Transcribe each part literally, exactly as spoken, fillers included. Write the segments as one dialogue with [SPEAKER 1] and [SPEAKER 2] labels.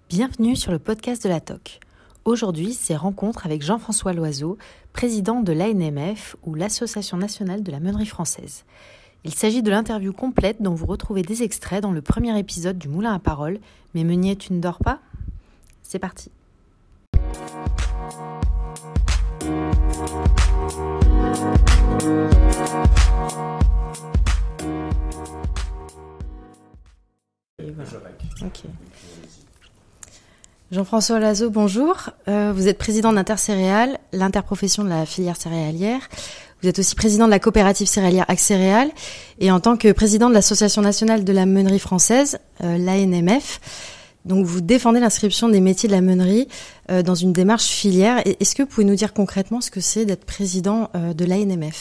[SPEAKER 1] Bienvenue sur le podcast de la T O C. Aujourd'hui, c'est rencontre avec Jean-François Loiseau, président de l'A N M F ou l'Association nationale de la meunerie française. Il s'agit de l'interview complète dont vous retrouvez des extraits dans le premier épisode du Moulin à Parole. Mais meunier, tu ne dors pas ? C'est parti. Et voilà. Ok. Jean-François Loiseau, bonjour. Euh, vous êtes président d'Intercéréales, l'interprofession de la filière céréalière. Vous êtes aussi président de la coopérative céréalière Accéréales. Et en tant que président de l'Association nationale de la meunerie française, euh, l'A N M F, donc vous défendez l'inscription des métiers de la meunerie euh, dans une démarche filière. Et est-ce que vous pouvez nous dire concrètement ce que c'est d'être président euh, de l'A N M F ?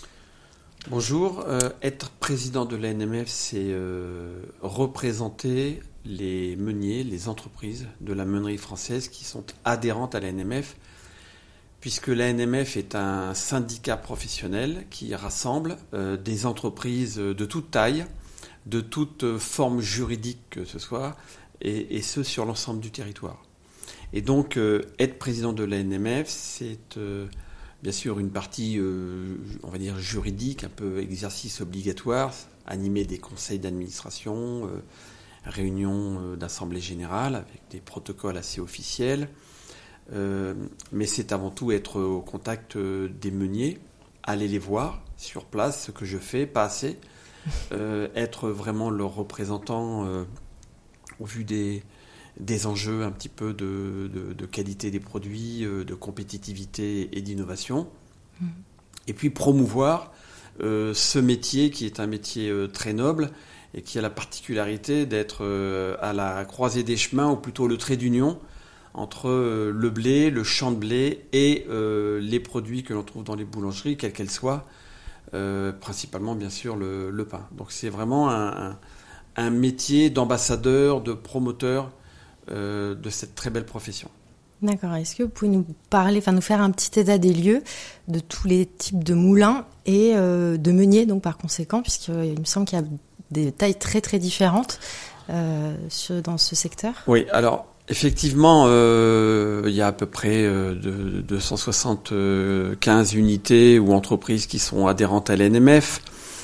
[SPEAKER 2] Bonjour. Euh, être président de l'A N M F, c'est euh, représenter les meuniers, les entreprises de la meunerie française qui sont adhérentes à l'A N M F, puisque l'A N M F est un syndicat professionnel qui rassemble euh, des entreprises de toute taille, de toute forme juridique que ce soit, et, et ce sur l'ensemble du territoire. Et donc, euh, être président de l'A N M F, c'est euh, bien sûr une partie, euh, on va dire, juridique, un peu exercice obligatoire, animer des conseils d'administration, euh, réunion d'assemblée générale avec des protocoles assez officiels. Euh, mais c'est avant tout être au contact des meuniers, aller les voir sur place, ce que je fais, pas assez. Euh, être vraiment leur représentant euh, au vu des, des enjeux un petit peu de, de, de qualité des produits, euh, de compétitivité et d'innovation. Mmh. Et puis promouvoir euh, ce métier qui est un métier euh, très noble et qui a la particularité d'être euh, à la croisée des chemins, ou plutôt le trait d'union entre euh, le blé, le champ de blé et euh, les produits que l'on trouve dans les boulangeries, quelles qu'elles soient, euh, principalement bien sûr le, le pain. Donc c'est vraiment un, un, un métier d'ambassadeur, de promoteur euh, de cette très belle profession.
[SPEAKER 1] D'accord. Est-ce que vous pouvez nous parler, enfin nous faire un petit état des lieux de tous les types de moulins et euh, de meuniers, donc par conséquent, puisqu'il me semble qu'il y a des tailles très très différentes euh, sur, dans ce secteur.
[SPEAKER 2] Oui, alors effectivement, euh, il y a à peu près euh, de, deux cent soixante-quinze unités ou entreprises qui sont adhérentes à l'A N M F,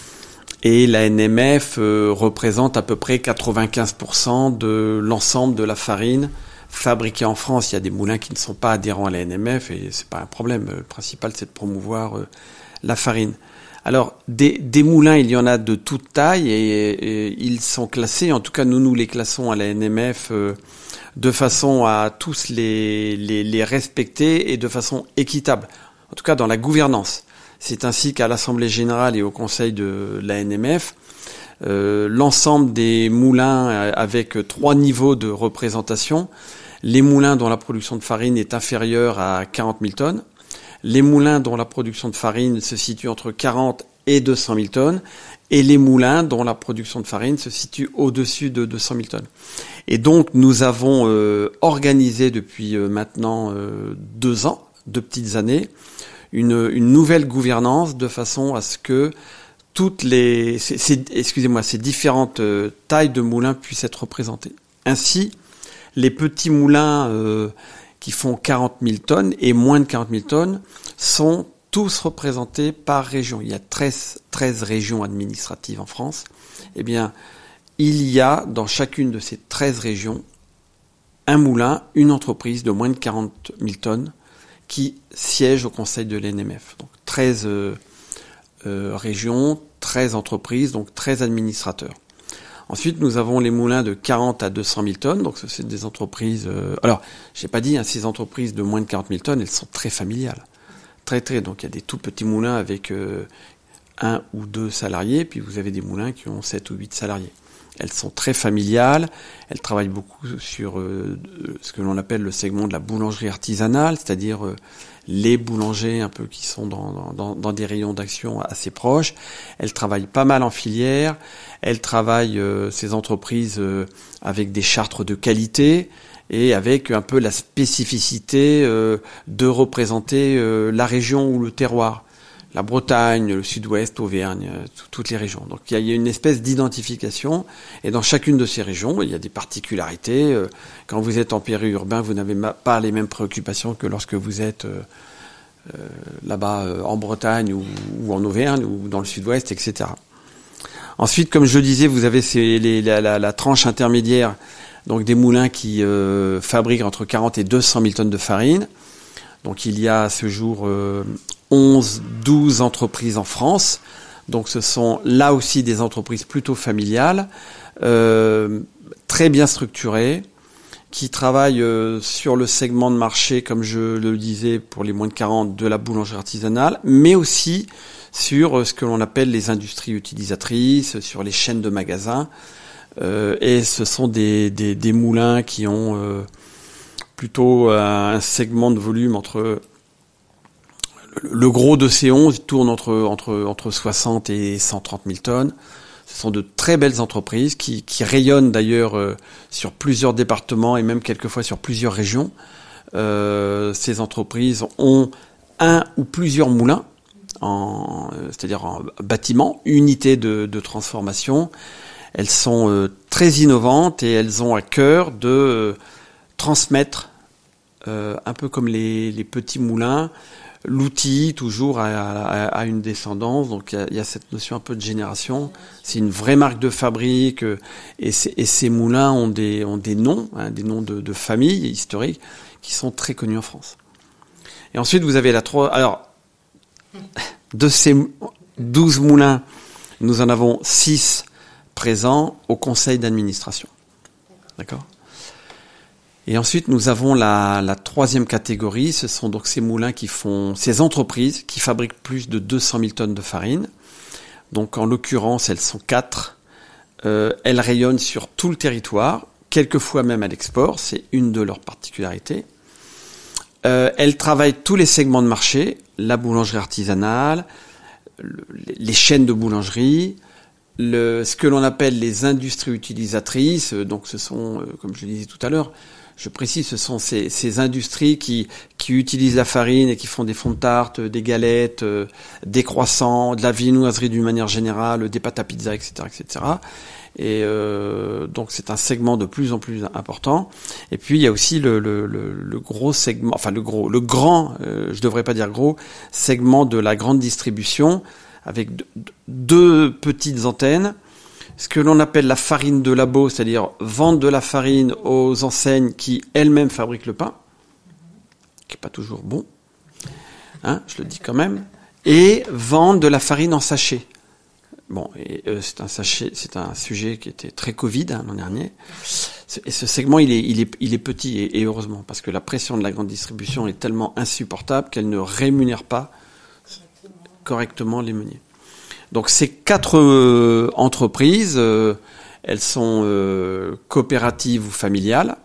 [SPEAKER 2] et l'A N M F euh, représente à peu près quatre-vingt-quinze pour cent de l'ensemble de la farine fabriquée en France. Il y a des moulins qui ne sont pas adhérents à l'A N M F et c'est pas un problème. Le principal, c'est de promouvoir euh, la farine. Alors, des, des moulins, il y en a de toute taille et, et ils sont classés, en tout cas nous, nous les classons à la N M F euh, de façon à tous les, les, les respecter et de façon équitable, en tout cas dans la gouvernance. C'est ainsi qu'à l'Assemblée Générale et au Conseil de la N M F, euh, l'ensemble des moulins avec trois niveaux de représentation, les moulins dont la production de farine est inférieure à quarante mille tonnes, les moulins dont la production de farine se situe entre quarante et deux cent mille tonnes, et les moulins dont la production de farine se situe au-dessus de deux cent mille tonnes. Et donc, nous avons euh, organisé depuis euh, maintenant euh, deux ans, deux petites années, une, une nouvelle gouvernance de façon à ce que toutes les, ces, ces, excusez-moi, ces différentes euh, tailles de moulins puissent être représentées. Ainsi, les petits moulins euh, qui font quarante mille tonnes et moins de quarante mille tonnes sont tous représentés par région. Il y a treize, treize régions administratives en France. Eh bien, il y a dans chacune de ces treize régions un moulin, une entreprise de moins de quarante mille tonnes qui siège au conseil de l'A N M F. Donc treize euh, euh, régions, treize entreprises, donc treize administrateurs. Ensuite, nous avons les moulins de quarante à deux cent mille tonnes. Donc, ce sont des entreprises... Euh, alors, j'ai pas dit, hein, ces entreprises de moins de quarante mille tonnes, elles sont très familiales. Très, très. Donc, il y a des tout petits moulins avec euh, un ou deux salariés. Puis, vous avez des moulins qui ont sept ou huit salariés. Elles sont très familiales. Elles travaillent beaucoup sur euh, ce que l'on appelle le segment de la boulangerie artisanale, c'est-à-dire euh, les boulangers un peu qui sont dans, dans, dans des rayons d'action assez proches. Elles travaillent pas mal en filière. Elles travaillent, euh, ces entreprises, euh, avec des chartes de qualité et avec un peu la spécificité euh, de représenter euh, la région ou le terroir. la Bretagne, le Sud-Ouest, Auvergne, euh, toutes les régions. Donc il y, y a une espèce d'identification, et dans chacune de ces régions, il y a des particularités. Euh, quand vous êtes en périurbain, vous n'avez pas les mêmes préoccupations que lorsque vous êtes euh, euh, là-bas euh, en Bretagne ou, ou en Auvergne ou dans le Sud-Ouest, et cetera. Ensuite, comme je le disais, vous avez ces, les, la, la, la tranche intermédiaire, donc des moulins qui euh, fabriquent entre quarante et deux cent mille tonnes de farine. Donc il y a à ce jour euh, onze, douze entreprises en France. Donc ce sont là aussi des entreprises plutôt familiales, euh, très bien structurées, qui travaillent euh, sur le segment de marché, comme je le disais, pour les moins de quarante, de la boulangerie artisanale, mais aussi sur euh, ce que l'on appelle les industries utilisatrices, sur les chaînes de magasins. Euh, et ce sont des, des, des moulins qui ont euh, plutôt un segment de volume entre... Le gros de ces onze tourne entre, entre, entre soixante et cent trente mille tonnes. Ce sont de très belles entreprises qui, qui rayonnent d'ailleurs euh, sur plusieurs départements et même quelquefois sur plusieurs régions. Euh, ces entreprises ont un ou plusieurs moulins, en, c'est-à-dire en bâtiment, unités de, de transformation. Elles sont euh, très innovantes et elles ont à cœur de euh, transmettre, euh, un peu comme les, les petits moulins, l'outil toujours à, à, à une descendance. Donc il y, a, il y a cette notion un peu de génération. C'est une vraie marque de fabrique, euh, et, ces, et ces moulins ont des, ont des noms, hein, des noms de, de familles historiques qui sont très connus en France. Et ensuite vous avez la trois. Alors de ces douze moulins, nous en avons six présents au conseil d'administration. D'accord ? Et ensuite, nous avons la, la troisième catégorie. Ce sont donc ces moulins qui font, ces entreprises qui fabriquent plus de deux cent mille tonnes de farine. Donc, en l'occurrence, elles sont quatre. Euh, elles rayonnent sur tout le territoire, quelquefois même à l'export. C'est une de leurs particularités. Euh, elles travaillent tous les segments de marché, la boulangerie artisanale, le, les chaînes de boulangerie, le, ce que l'on appelle les industries utilisatrices. Donc, ce sont, euh, comme je le disais tout à l'heure, je précise, ce sont ces, ces industries qui, qui utilisent la farine et qui font des fonds de tarte, des galettes, euh, des croissants, de la viennoiserie d'une manière générale, des pâtes à pizza, et cetera, et cetera. Et euh, donc c'est un segment de plus en plus important. Et puis il y a aussi le, le, le, le gros segment, enfin le gros, le grand, euh, je devrais pas dire gros, segment de la grande distribution avec deux, deux petites antennes. Ce que l'on appelle la farine de labo, c'est-à-dire vendre de la farine aux enseignes qui elles-mêmes fabriquent le pain, qui n'est pas toujours bon, hein, je le dis quand même, et vendre de la farine en sachet. Bon, et euh, c'est un sachet, c'est un sujet qui était très Covid hein, l'an dernier. Et ce segment, il est, il est, il est petit et, et heureusement, parce que la pression de la grande distribution est tellement insupportable qu'elle ne rémunère pas correctement les meuniers. Donc ces quatre euh, entreprises, euh, elles sont euh, coopératives ou familiales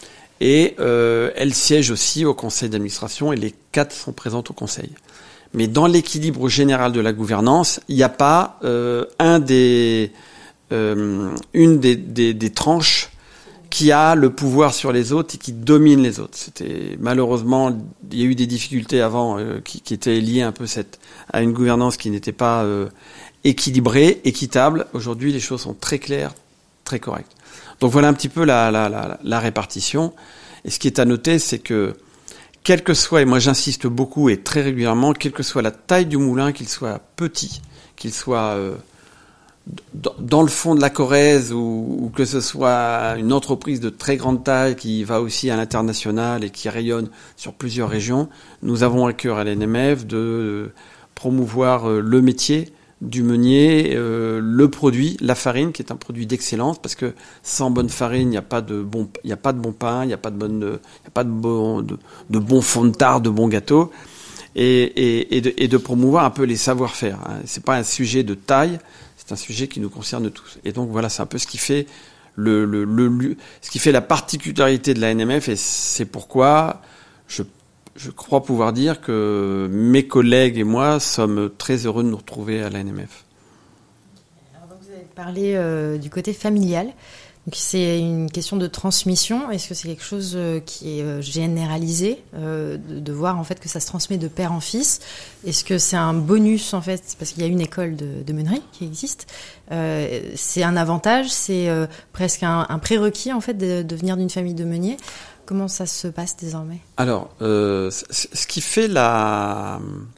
[SPEAKER 2] et euh, elles siègent aussi au conseil d'administration et les quatre sont présentes au conseil. Mais dans l'équilibre général de la gouvernance, il n'y a pas euh, un des, euh, une des, des, des tranches qui a le pouvoir sur les autres et qui domine les autres. C'était malheureusement, il y a eu des difficultés avant euh, qui, qui étaient liées un peu cette, à une gouvernance qui n'était pas euh, équilibrée, équitable. Aujourd'hui, les choses sont très claires, très correctes. Donc voilà un petit peu la, la, la, la répartition. Et ce qui est à noter, c'est que quel que soit, et moi j'insiste beaucoup et très régulièrement, quelle que soit la taille du moulin, qu'il soit petit, qu'il soit euh, dans le fond de la Corrèze ou, ou que ce soit une entreprise de très grande taille qui va aussi à l'international et qui rayonne sur plusieurs régions, nous avons à cœur à l'A N M F de promouvoir le métier du meunier, euh, le produit, la farine, qui est un produit d'excellence, parce que sans bonne farine, il n'y a pas de bon, il n'y a pas de bon pain, il n'y a pas de bonne, il n'y a pas de bon, de, de bon fond de tarte, de bon gâteau, et, et, et, de, et de promouvoir un peu les savoir-faire. Hein. C'est pas un sujet de taille. C'est un sujet qui nous concerne tous. Et donc voilà, c'est un peu ce qui fait le, le, le, ce qui fait la particularité de l'A N M F, et c'est pourquoi je, je crois pouvoir dire que mes collègues et moi sommes très heureux de nous retrouver à l'A N M F.
[SPEAKER 1] Alors, donc vous avez parlé euh, du côté familial. Donc c'est une question de transmission. Est-ce que c'est quelque chose qui est généralisé, euh, de, de voir en fait que ça se transmet de père en fils? Est-ce que c'est un bonus en fait, parce qu'il y a une école de, de meunerie qui existe? Euh, c'est un avantage, c'est euh, presque un, un prérequis en fait de, de venir d'une famille de meuniers. Comment ça se passe désormais?
[SPEAKER 2] Alors, euh, ce qui fait la,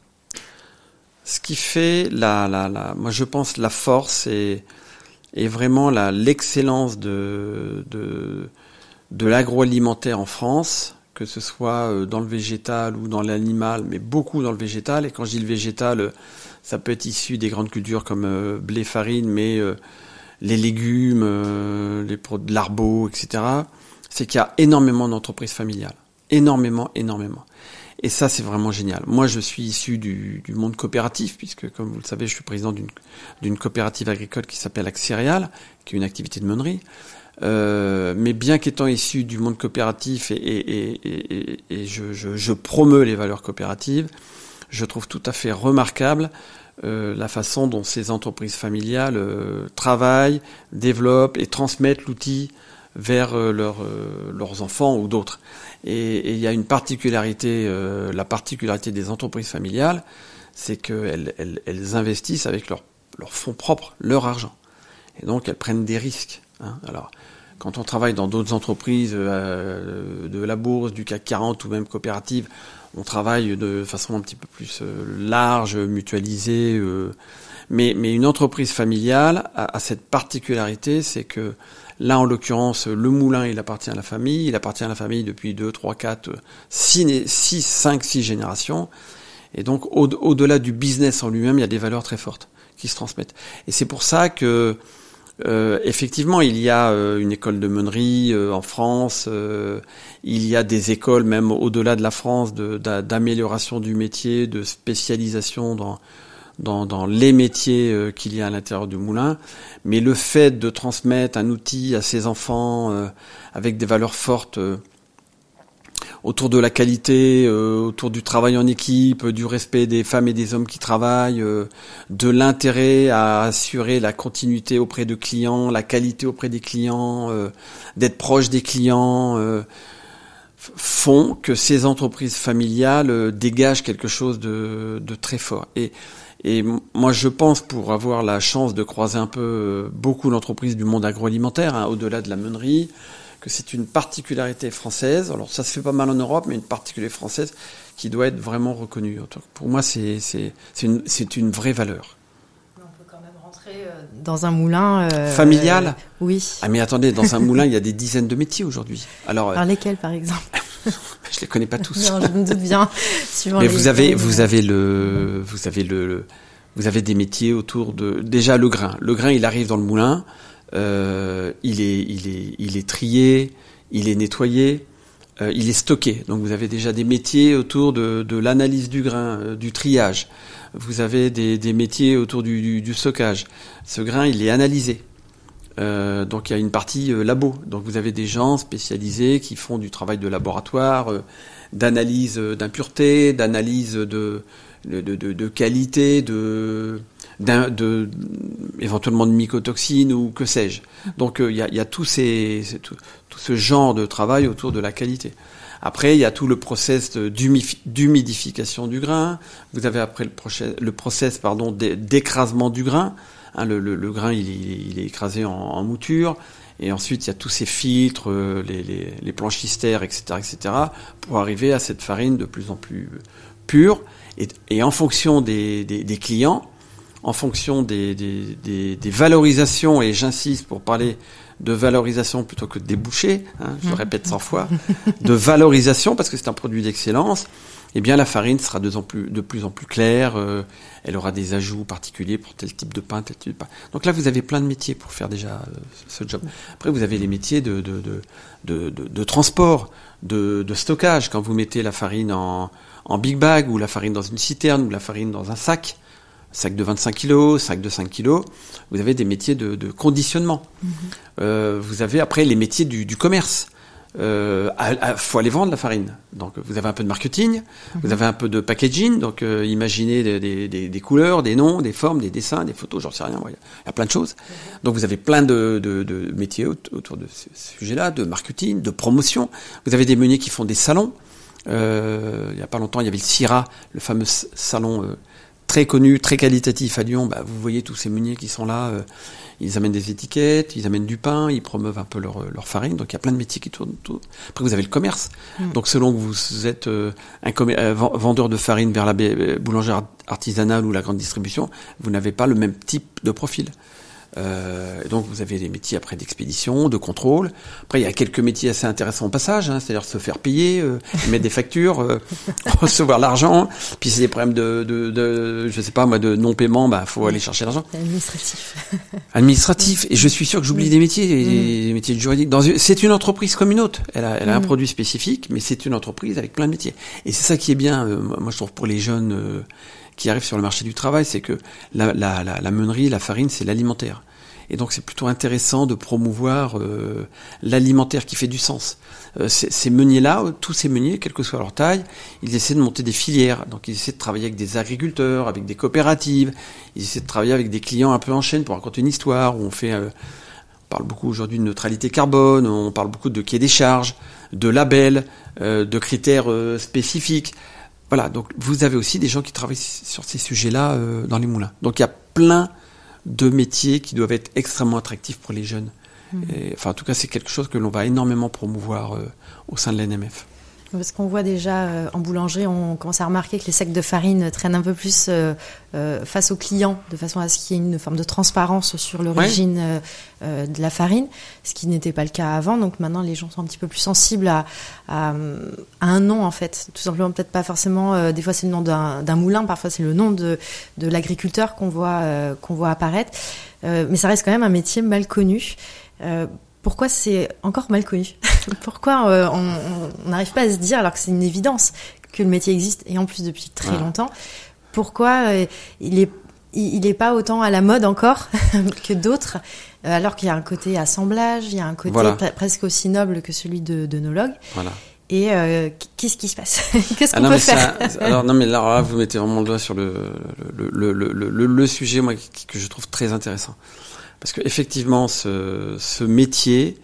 [SPEAKER 2] ce qui fait la, la, la, moi je pense la force et et vraiment la, l'excellence de, de, de l'agroalimentaire en France, que ce soit dans le végétal ou dans l'animal, mais beaucoup dans le végétal. Et quand je dis le végétal, ça peut être issu des grandes cultures comme euh, blé, farine, mais euh, les légumes, euh, les produits de l'arbo, et cetera. C'est qu'il y a énormément d'entreprises familiales. Énormément, énormément. Et ça, c'est vraiment génial. Moi, je suis issu du, du monde coopératif, puisque, comme vous le savez, je suis président d'une, d'une coopérative agricole qui s'appelle Accéréal, qui est une activité de meunerie. Euh, mais bien qu'étant issu du monde coopératif et, et, et, et, et je, je, je promeus les valeurs coopératives, je trouve tout à fait remarquable euh, la façon dont ces entreprises familiales euh, travaillent, développent et transmettent l'outil vers euh, leur, euh, leurs enfants ou d'autres. Et il y a une particularité, euh, la particularité des entreprises familiales, c'est qu'elles elles, elles investissent avec leurs leur fonds propres, leur argent. Et donc elles prennent des risques. Hein. Alors, quand on travaille dans d'autres entreprises euh, de la bourse, du C A C quarante ou même coopératives, on travaille de façon un petit peu plus euh, large, mutualisée. Euh, mais, mais une entreprise familiale a, a cette particularité, c'est que là, en l'occurrence, le moulin, il appartient à la famille. Il appartient à la famille depuis deux, trois, quatre, six, six, cinq, six générations. Et donc, au, au-delà du business en lui-même, il y a des valeurs très fortes qui se transmettent. Et c'est pour ça que, euh, effectivement, il y a euh, une école de meunerie euh, en France. Euh, il y a des écoles, même au-delà de la France, de, d'amélioration du métier, de spécialisation dans... Dans, dans les métiers euh, qu'il y a à l'intérieur du moulin, mais le fait de transmettre un outil à ses enfants euh, avec des valeurs fortes euh, autour de la qualité, euh, autour du travail en équipe, du respect des femmes et des hommes qui travaillent, euh, de l'intérêt à assurer la continuité auprès de clients, la qualité auprès des clients, euh, d'être proche des clients, euh, font que ces entreprises familiales euh, dégagent quelque chose de, de très fort. Et Et moi, je pense, pour avoir la chance de croiser un peu beaucoup d'entreprises du monde agroalimentaire, hein, au-delà de la meunerie, que c'est une particularité française. Alors, ça se fait pas mal en Europe, mais une particularité française qui doit être vraiment reconnue. Pour moi, c'est, c'est, c'est, une, c'est une vraie valeur.
[SPEAKER 1] On peut quand même rentrer dans un moulin... Euh,
[SPEAKER 2] familial
[SPEAKER 1] euh, Oui.
[SPEAKER 2] Ah, mais attendez, dans un moulin, il y a des dizaines de métiers aujourd'hui. Alors,
[SPEAKER 1] Alors lesquels, par exemple?
[SPEAKER 2] Je les connais pas tous.
[SPEAKER 1] Non, je me doute bien.
[SPEAKER 2] Mais vous avez, vous avez le, vous avez le, vous avez des métiers autour de, déjà le grain. Le grain, il arrive dans le moulin, euh, il est, il est, il est trié, il est nettoyé, euh, il est stocké. Donc vous avez déjà des métiers autour de, de l'analyse du grain, euh, du triage. Vous avez des, des métiers autour du, du, du stockage. Ce grain, il est analysé. Euh, donc il y a une partie euh, labo. Donc vous avez des gens spécialisés qui font du travail de laboratoire, euh, d'analyse d'impureté, d'analyse de, de, de, de qualité, de, de, de éventuellement de mycotoxines ou que sais-je. Donc euh, il y a, il y a tous ces, tout, tout ce genre de travail autour de la qualité. Après, il y a tout le process d'humif- d'humidification du grain. Vous avez après le process, le process pardon, d'écrasement du grain. Hein, le, le, le grain, il, il, il est écrasé en, en mouture, et ensuite il y a tous ces filtres, euh, les, les, les planchistères, et cetera, et cetera, pour arriver à cette farine de plus en plus pure. Et, et en fonction des, des, des clients, en fonction des, des, des, des valorisations, et j'insiste pour parler de valorisation plutôt que de débouchés, hein, je le répète cent fois, de valorisation parce que c'est un produit d'excellence. Eh bien, la farine sera de plus en plus, de plus, en plus claire, euh, elle aura des ajouts particuliers pour tel type de pain, tel type de pain. Donc là, vous avez plein de métiers pour faire déjà euh, ce job. Après, vous avez les métiers de, de, de, de, de, de transport, de, de stockage. Quand vous mettez la farine en, en big bag, ou la farine dans une citerne, ou la farine dans un sac, sac de vingt-cinq kilos, sac de cinq kilos, vous avez des métiers de, de conditionnement. Mmh. Euh, vous avez après les métiers du, du commerce. euh, à, faut aller vendre la farine. Donc vous avez un peu de marketing, mmh. vous avez un peu de packaging. Donc euh, imaginez des, des, des, des couleurs, des noms, des formes, des dessins, des photos, j'en sais rien. Il y a plein de choses. Donc vous avez plein de, de, de métiers autour de ce sujet-là, de marketing, de promotion. Vous avez des meuniers qui font des salons. Euh, il y a pas longtemps, il y avait le CIRA, le fameux salon euh, très connu, très qualitatif à Lyon. Bah, vous voyez tous ces meuniers qui sont là. Euh, Ils amènent des étiquettes, ils amènent du pain, ils promeuvent un peu leur, leur farine. Donc il y a plein de métiers qui tournent autour. Après vous avez le commerce. Mmh. Donc selon que vous êtes euh, un commer- euh, vendeur de farine vers la b- boulangère artisanale ou la grande distribution, vous n'avez pas le même type de profil. Euh, donc vous avez des métiers après d'expédition, de contrôle. Après il y a quelques métiers assez intéressants au passage, hein, c'est-à-dire se faire payer, euh, émettre des factures, euh, recevoir l'argent. Puis c'est des problèmes de, de, de, je sais pas moi, de non-paiement, bah faut aller chercher l'argent.
[SPEAKER 1] Administratif.
[SPEAKER 2] Administratif. Et je suis sûr que j'oublie des métiers, des mmh. métiers juridiques. Dans une, c'est une entreprise comme une autre. Elle a, elle a mmh. un produit spécifique, mais c'est une entreprise avec plein de métiers. Et c'est ça qui est bien. Euh, moi je trouve pour les jeunes. Euh, qui arrivent sur le marché du travail, c'est que la, la, la, la meunerie, la farine, c'est l'alimentaire. Et donc c'est plutôt intéressant de promouvoir euh, l'alimentaire qui fait du sens. Euh, ces, ces meuniers-là, tous ces meuniers, quelle que soit leur taille, ils essaient de monter des filières. Donc ils essaient de travailler avec des agriculteurs, avec des coopératives, ils essaient de travailler avec des clients un peu en chaîne pour raconter une histoire, où on fait... Euh, on parle beaucoup aujourd'hui de neutralité carbone, on parle beaucoup de cahier des charges, de labels, euh, de critères euh, spécifiques. Voilà, donc vous avez aussi des gens qui travaillent sur ces sujets-là euh, dans les moulins. Donc il y a plein de métiers qui doivent être extrêmement attractifs pour les jeunes. Mmh. Et, enfin, en tout cas, c'est quelque chose que l'on va énormément promouvoir euh, au sein de l'A N M F.
[SPEAKER 1] Parce qu'on voit déjà euh, en boulangerie, on commence à remarquer que les sacs de farine traînent un peu plus euh, euh, face aux clients, de façon à ce qu'il y ait une forme de transparence sur l'origine ouais. euh, euh, de la farine, ce qui n'était pas le cas avant. Donc maintenant, les gens sont un petit peu plus sensibles à, à, à un nom, en fait. Tout simplement, peut-être pas forcément, euh, des fois c'est le nom d'un, d'un moulin, parfois c'est le nom de, de l'agriculteur qu'on voit, euh, qu'on voit apparaître. Euh, mais ça reste quand même un métier mal connu. Euh, Pourquoi c'est encore mal connu ? Pourquoi euh, on n'arrive pas à se dire, alors que c'est une évidence, que le métier existe, et en plus depuis très ouais. longtemps, pourquoi euh, il est, il est pas autant à la mode encore que d'autres, euh, alors qu'il y a un côté assemblage, il y a un côté voilà. pre- presque aussi noble que celui de, de d'œnologue. Voilà. Et euh, qu'est-ce qui se passe ? Qu'est-ce qu'on ah non, peut faire
[SPEAKER 2] ça, alors non mais là, alors là vous mettez vraiment le doigt sur le le le le, le, le, le sujet moi qui, que je trouve très intéressant. Parce que effectivement, ce, ce métier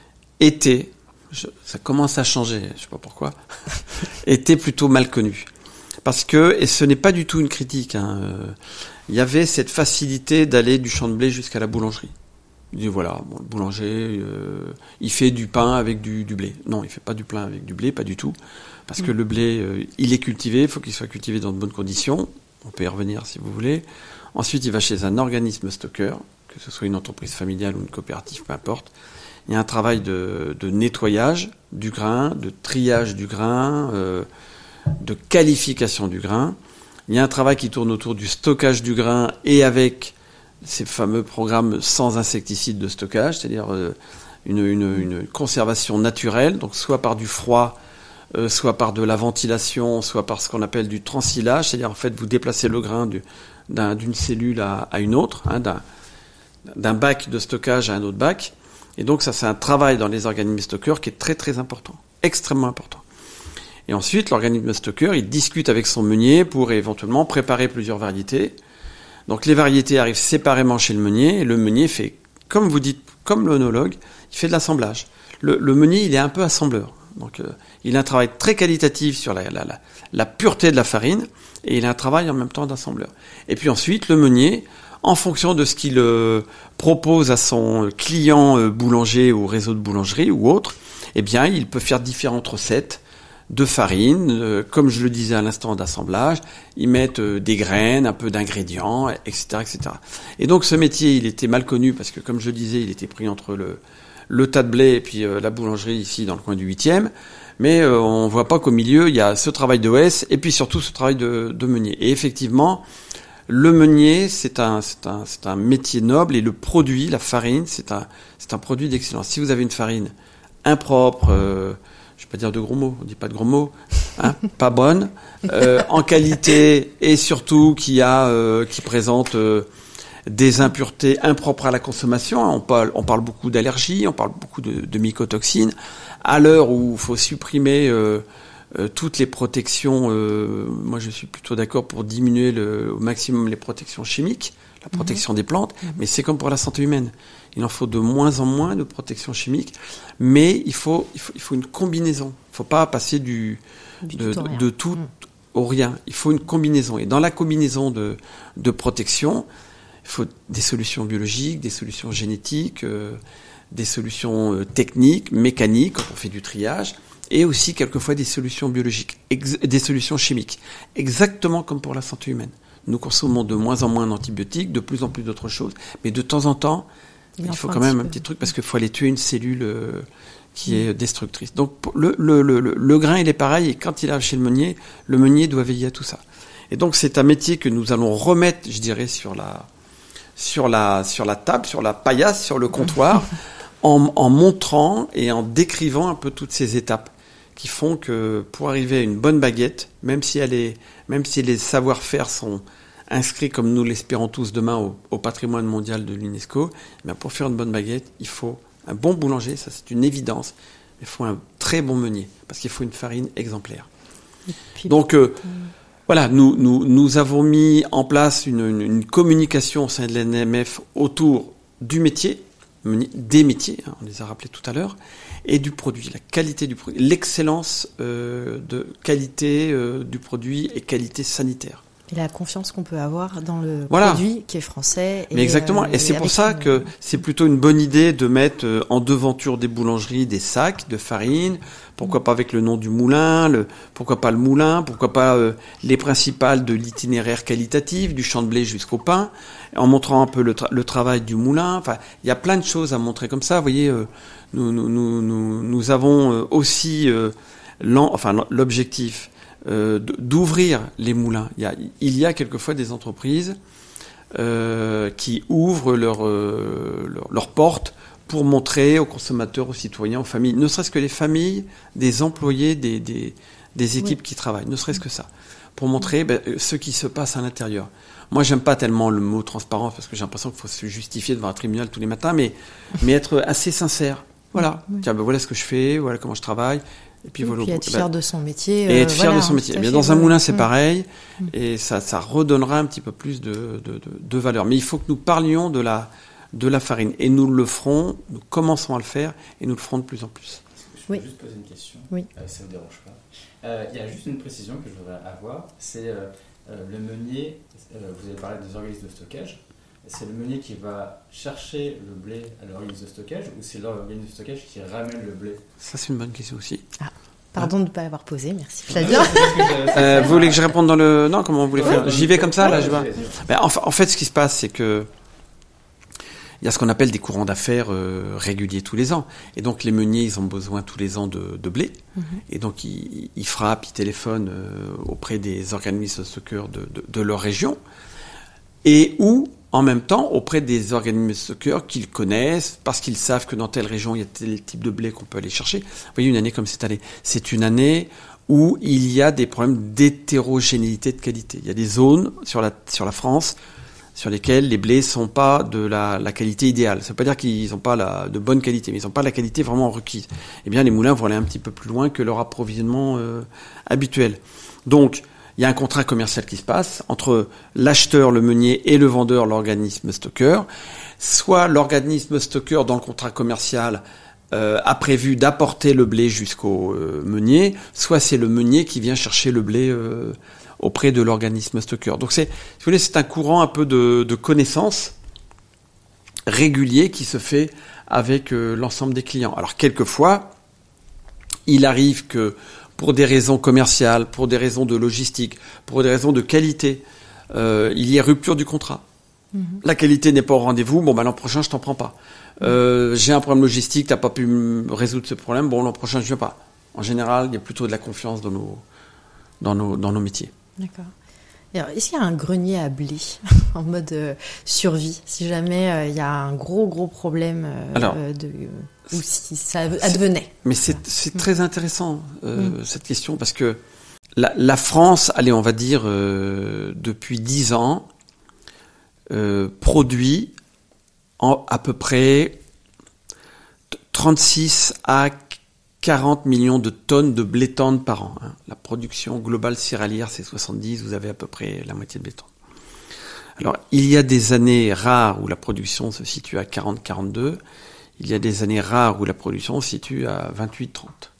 [SPEAKER 2] était, je, ça commence à changer, je sais pas pourquoi, était plutôt mal connu. Parce que, et ce n'est pas du tout une critique, hein, euh, il y avait cette facilité d'aller du champ de blé jusqu'à la boulangerie. Il dit voilà, bon, le boulanger, euh, il fait du pain avec du, du blé. Non, il fait pas du pain avec du blé, pas du tout. Parce mmh. que le blé, euh, il est cultivé, il faut qu'il soit cultivé dans de bonnes conditions. On peut y revenir si vous voulez. Ensuite, il va chez un organisme stockeur, que ce soit une entreprise familiale ou une coopérative, peu importe. Il y a un travail de, de nettoyage du grain, de triage du grain, euh, de qualification du grain. Il y a un travail qui tourne autour du stockage du grain et avec ces fameux programmes sans insecticides de stockage, c'est-à-dire euh, une, une, une conservation naturelle, donc soit par du froid, euh, soit par de la ventilation, soit par ce qu'on appelle du transilage, c'est-à-dire en fait vous déplacez le grain du, d'un, d'une cellule à, à une autre, hein, d'un d'un bac de stockage à un autre bac. Et donc ça, c'est un travail dans les organismes stockeurs qui est très très important, extrêmement important. Et ensuite, l'organisme stockeur, il discute avec son meunier pour éventuellement préparer plusieurs variétés. Donc les variétés arrivent séparément chez le meunier, et le meunier fait, comme vous dites, comme l'œnologue, il fait de l'assemblage. Le, le meunier, il est un peu assembleur. Donc euh, il a un travail très qualitatif sur la, la, la, la pureté de la farine, et il a un travail en même temps d'assembleur. Et puis ensuite, le meunier, en fonction de ce qu'il euh, propose à son client euh, boulanger ou réseau de boulangerie ou autre, eh bien, il peut faire différentes recettes de farine, euh, comme je le disais à l'instant d'assemblage. Ils mettent euh, des graines, un peu d'ingrédients, et cetera, et cetera. Et donc, ce métier, il était mal connu parce que, comme je le disais, il était pris entre le, le tas de blé et puis euh, la boulangerie ici dans le coin du huitième. Mais euh, on voit pas qu'au milieu, il y a ce travail de O S et puis surtout ce travail de, de meunier. Et effectivement, le meunier, c'est un, c'est un, c'est un métier noble et le produit, la farine, c'est un, c'est un produit d'excellence. Si vous avez une farine impropre, euh, je vais pas dire de gros mots, on dit pas de gros mots, hein, pas bonne, euh, en qualité et surtout qui a, euh, qui présente euh, des impuretés impropres à la consommation. On parle, on parle beaucoup d'allergies, on parle beaucoup de, de mycotoxines. À l'heure où il faut supprimer euh, euh, toutes les protections, euh, moi je suis plutôt d'accord pour diminuer le, au maximum les protections chimiques, la protection mmh. des plantes, mmh. mais c'est comme pour la santé humaine. Il en faut de moins en moins de protection chimique, mais il faut, il faut, il faut une combinaison. Il ne faut pas passer du, du de, tout, de, de tout mmh. au rien. Il faut une combinaison. Et dans la combinaison de, de protection, il faut des solutions biologiques, des solutions génétiques, euh, des solutions euh, techniques, mécaniques, quand on fait du triage, et aussi quelquefois des solutions biologiques, ex- des solutions chimiques. Exactement comme pour la santé humaine. Nous consommons de moins en moins d'antibiotiques, de plus en plus d'autres choses, mais de temps en temps, il, il faut quand même un petit truc, parce qu'il faut aller tuer une cellule euh, qui mmh. est destructrice. Donc le, le, le, le grain, il est pareil, et quand il arrive chez le meunier, le meunier doit veiller à tout ça. Et donc c'est un métier que nous allons remettre, je dirais, sur la, sur la, sur la table, sur la paillasse, sur le comptoir, en, en montrant et en décrivant un peu toutes ces étapes qui font que pour arriver à une bonne baguette, même si elle est, même si les savoir-faire sont inscrits, comme nous l'espérons tous demain, au, au patrimoine mondial de l'UNESCO, eh bien pour faire une bonne baguette, il faut un bon boulanger, ça c'est une évidence. Il faut un très bon meunier, parce qu'il faut une farine exemplaire. Puis, Donc euh, euh... voilà, nous, nous, nous avons mis en place une, une, une communication au sein de l'A N M F autour du métier, des métiers, hein, on les a rappelés tout à l'heure, et du produit, la qualité du produit, l'excellence euh, de qualité euh, du produit et qualité sanitaire.
[SPEAKER 1] Et la confiance qu'on peut avoir dans le
[SPEAKER 2] voilà.
[SPEAKER 1] produit qui est français. Et
[SPEAKER 2] Mais exactement. Euh, et c'est et pour ça une... que c'est plutôt une bonne idée de mettre euh, en devanture des boulangeries des sacs de farine. Pourquoi mmh. pas avec le nom du moulin, le, pourquoi pas le moulin, pourquoi pas euh, les principales de l'itinéraire qualitatif, du champ de blé jusqu'au pain, en montrant un peu le, tra- le travail du moulin. Enfin, il y a plein de choses à montrer comme ça. Vous voyez, euh, nous, nous, nous, nous, nous avons euh, aussi euh, enfin, l'objectif Euh, d'ouvrir les moulins. Il y a, il y a quelquefois des entreprises euh, qui ouvrent leurs euh, leur, leur portes pour montrer aux consommateurs, aux citoyens, aux familles, ne serait-ce que les familles des employés, des, des, des équipes oui. qui travaillent, ne serait-ce que ça, pour montrer ben, ce qui se passe à l'intérieur. Moi, j'aime pas tellement le mot transparence parce que j'ai l'impression qu'il faut se justifier devant un tribunal tous les matins, mais, mais être assez sincère. Voilà, oui. Tiens, ben, voilà ce que je fais, voilà comment je travaille. Et puis,
[SPEAKER 1] oui,
[SPEAKER 2] voilà,
[SPEAKER 1] puis être fier de son métier.
[SPEAKER 2] Et être
[SPEAKER 1] euh,
[SPEAKER 2] fier
[SPEAKER 1] voilà,
[SPEAKER 2] de son métier. Mais dans un moulin, c'est mmh. pareil. Mmh. Et ça, ça redonnera un petit peu plus de, de, de, de valeur. Mais il faut que nous parlions de la, de la farine. Et nous le ferons, nous commençons à le faire, et nous le ferons de plus en plus.
[SPEAKER 3] Je peux
[SPEAKER 1] oui.
[SPEAKER 3] juste poser une question,
[SPEAKER 1] oui.
[SPEAKER 3] euh, ça ne vous dérange pas. Euh, il y a juste une précision que je voudrais avoir. C'est euh, euh, le meunier, euh, vous avez parlé des organismes de stockage. C'est le meunier qui va chercher le blé à l'organisme de stockage ou c'est l'organisme de stockage qui ramène le blé?
[SPEAKER 2] Ça, c'est une bonne question aussi.
[SPEAKER 1] Ah, pardon ouais. de ne pas avoir posé, merci Flavien.
[SPEAKER 2] euh, vous voulez que je réponde dans le... Non, comment vous voulez ouais, faire ouais, J'y vais comme ça, ouais, là, je vois. Ben, en, en fait, ce qui se passe, c'est que il y a ce qu'on appelle des courants d'affaires euh, réguliers tous les ans. Et donc, les meuniers, ils ont besoin tous les ans de, de blé. Mm-hmm. Et donc, ils, ils frappent, ils téléphonent euh, auprès des organismes de stockeurs de, de, de leur région. Et où... en même temps, auprès des organismes de stockeurs qu'ils connaissent, parce qu'ils savent que dans telle région, il y a tel type de blé qu'on peut aller chercher. Vous voyez, une année comme cette année, c'est une année où il y a des problèmes d'hétérogénéité de qualité. Il y a des zones sur la, sur la France sur lesquelles les blés sont pas de la, la qualité idéale. Ça veut pas dire qu'ils n'ont pas la, de bonne qualité, mais ils n'ont pas la qualité vraiment requise. Eh bien, les moulins vont aller un petit peu plus loin que leur approvisionnement euh, habituel. Donc, il y a un contrat commercial qui se passe entre l'acheteur, le meunier, et le vendeur, l'organisme stockeur. Soit l'organisme stockeur, dans le contrat commercial, euh, a prévu d'apporter le blé jusqu'au euh, meunier, soit c'est le meunier qui vient chercher le blé euh, auprès de l'organisme stockeur. Donc c'est, si vous voulez, c'est un courant un peu de, de connaissances régulier qui se fait avec euh, l'ensemble des clients. Alors quelquefois, il arrive que pour des raisons commerciales, pour des raisons de logistique, pour des raisons de qualité, euh, il y a rupture du contrat. Mmh. La qualité n'est pas au rendez-vous, bon, bah, l'an prochain, je t'en prends pas. Euh, j'ai un problème logistique, t'as pas pu résoudre ce problème, bon, l'an prochain, je viens pas. En général, il y a plutôt de la confiance dans nos, dans nos, dans nos métiers.
[SPEAKER 1] D'accord. Alors, est-ce qu'il y a un grenier à blé en mode euh, survie, si jamais euh, il y a un gros, gros problème euh, Alors, de... Euh, ou si ça advenait.
[SPEAKER 2] Mais c'est, c'est très intéressant, euh, mmh. cette question, parce que la, la France, allez, on va dire, euh, depuis dix ans, euh, produit en à peu près trente-six à quarante millions de tonnes de blé tendre par an. Hein. La production globale céréalière, c'est soixante-dix, vous avez à peu près la moitié de blé tendre. Alors, il y a des années rares où la production se situe à quarante à quarante-deux. Il y a des années rares où la production se situe à vingt-huit à trente.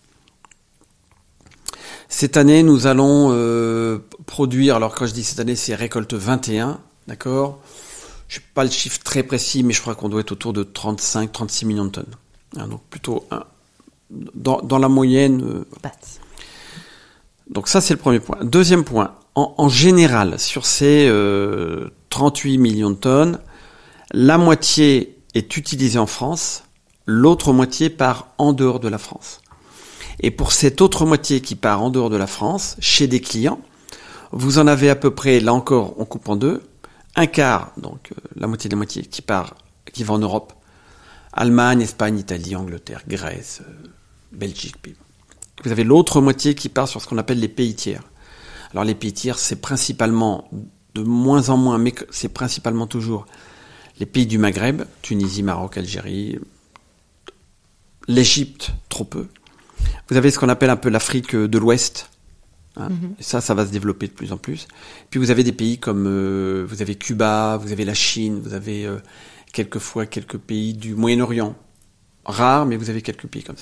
[SPEAKER 2] Cette année, nous allons euh, produire, alors quand je dis cette année, c'est récolte vingt et un, d'accord ? Je n'ai pas le chiffre très précis, mais je crois qu'on doit être autour de trente-cinq à trente-six millions de tonnes. Hein, donc plutôt un, dans, dans la moyenne. Euh, donc ça, c'est le premier point. Deuxième point, en, en général, sur ces euh, trente-huit millions de tonnes, la moitié est utilisée en France, l'autre moitié part en dehors de la France. Et pour cette autre moitié qui part en dehors de la France, chez des clients, vous en avez à peu près, là encore, on coupe en deux, un quart, donc euh, la moitié de la moitié, qui part, qui va en Europe, Allemagne, Espagne, Italie, Angleterre, Grèce, euh, Belgique. Puis vous avez l'autre moitié qui part sur ce qu'on appelle les pays tiers. Alors les pays tiers, c'est principalement, de moins en moins, mais c'est principalement toujours les pays du Maghreb, Tunisie, Maroc, Algérie, l'Égypte, trop peu. Vous avez ce qu'on appelle un peu l'Afrique de l'Ouest. Hein, mm-hmm. Et ça, ça va se développer de plus en plus. Puis vous avez des pays comme, euh, vous avez Cuba, vous avez la Chine, vous avez euh, quelquefois quelques pays du Moyen-Orient. Rares, mais vous avez quelques pays comme ça.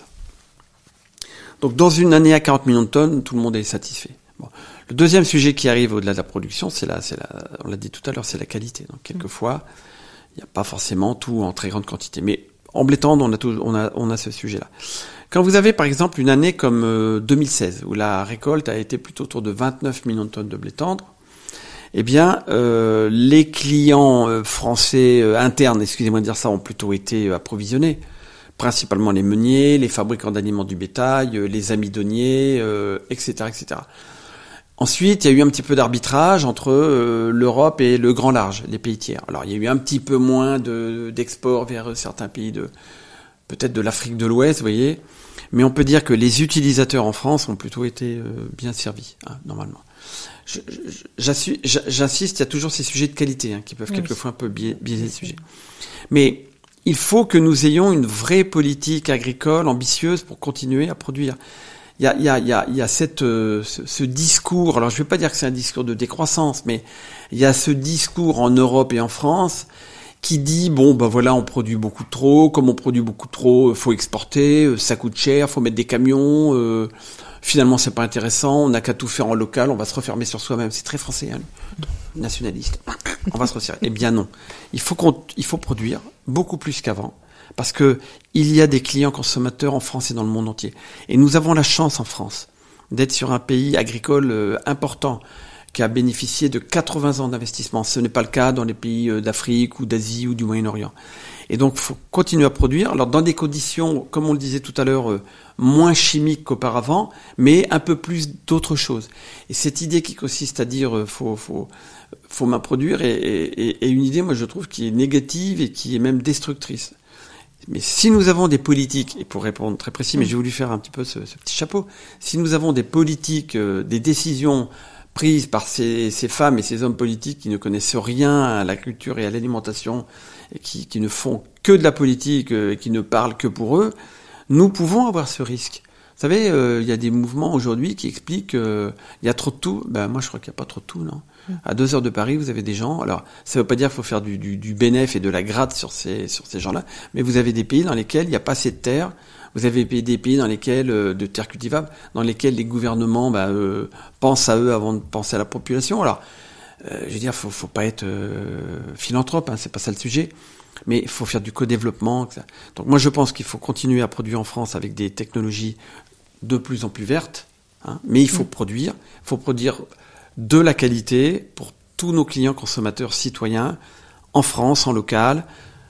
[SPEAKER 2] Donc dans une année à quarante millions de tonnes, tout le monde est satisfait. Bon. Le deuxième sujet qui arrive au-delà de la production, c'est la, c'est la, on l'a dit tout à l'heure, c'est la qualité. Donc quelquefois, il n'y a pas forcément tout en très grande quantité. Mais en blé tendre, on a, tout, on a, on a ce sujet-là. Quand vous avez par exemple une année comme euh, deux mille seize, où la récolte a été plutôt autour de vingt-neuf millions de tonnes de blé tendre, eh bien, euh, les clients euh, français euh, internes, excusez-moi de dire ça, ont plutôt été euh, approvisionnés. Principalement les meuniers, les fabricants d'aliments du bétail, euh, les amidonniers, euh, et cetera, et cetera. Ensuite, il y a eu un petit peu d'arbitrage entre euh, l'Europe et le grand large, les pays tiers. Alors, il y a eu un petit peu moins de, d'export vers certains pays de, peut-être de l'Afrique de l'Ouest, vous voyez. Mais on peut dire que les utilisateurs en France ont plutôt été euh, bien servis, hein, normalement. Je, je, j'insiste, il y a toujours ces sujets de qualité hein, qui peuvent oui. quelquefois un peu biaiser le sujet. Mais il faut que nous ayons une vraie politique agricole ambitieuse pour continuer à produire. Il y a, il y a, il y a, il y a cette, euh, ce, ce discours, alors je ne vais pas dire que c'est un discours de décroissance, mais il y a ce discours en Europe et en France qui dit, bon, ben voilà, on produit beaucoup trop, comme on produit beaucoup trop, faut exporter, ça coûte cher, faut mettre des camions, euh, finalement c'est pas intéressant, on n'a qu'à tout faire en local, on va se refermer sur soi-même. C'est très français, hein, nationaliste. On va se resserrer. Eh bien non. Il faut qu'on, il faut produire beaucoup plus qu'avant. Parce que il y a des clients consommateurs en France et dans le monde entier. Et nous avons la chance en France d'être sur un pays agricole euh, important qui a bénéficié de quatre-vingts ans d'investissement. Ce n'est pas le cas dans les pays euh, d'Afrique ou d'Asie ou du Moyen-Orient. Et donc, il faut continuer à produire. Alors, dans des conditions, comme on le disait tout à l'heure, euh, moins chimiques qu'auparavant, mais un peu plus d'autres choses. Et cette idée qui consiste à dire euh, faut, faut, faut main produire est, est, est une idée, moi, je trouve, qui est négative et qui est même destructrice. Mais si nous avons des politiques, et pour répondre très précis, mais j'ai voulu faire un petit peu ce, ce petit chapeau, si nous avons des politiques, euh, des décisions prises par ces, ces femmes et ces hommes politiques qui ne connaissent rien à la culture et à l'alimentation, et qui, qui ne font que de la politique, euh, et qui ne parlent que pour eux, nous pouvons avoir ce risque. Vous savez, euh, il y a des mouvements aujourd'hui qui expliquent qu'il euh, y a trop de tout. Ben moi, je crois qu'il n'y a pas trop de tout, non. À deux heures de Paris, vous avez des gens. Alors, ça ne veut pas dire qu'il faut faire du, du, du bénéf et de la gratte sur ces, sur ces gens-là, mais vous avez des pays dans lesquels il n'y a pas assez de terre. Vous avez des pays dans lesquels, euh, de terres cultivables, dans lesquels les gouvernements bah, euh, pensent à eux avant de penser à la population. Alors, euh, je veux dire, faut, faut pas être euh, philanthrope, hein, c'est pas ça le sujet. Mais il faut faire du co-développement. Donc moi, je pense qu'il faut continuer à produire en France avec des technologies de plus en plus vertes. Hein, mais il faut mmh. produire. Il faut produire de la qualité pour tous nos clients consommateurs citoyens, en France, en local,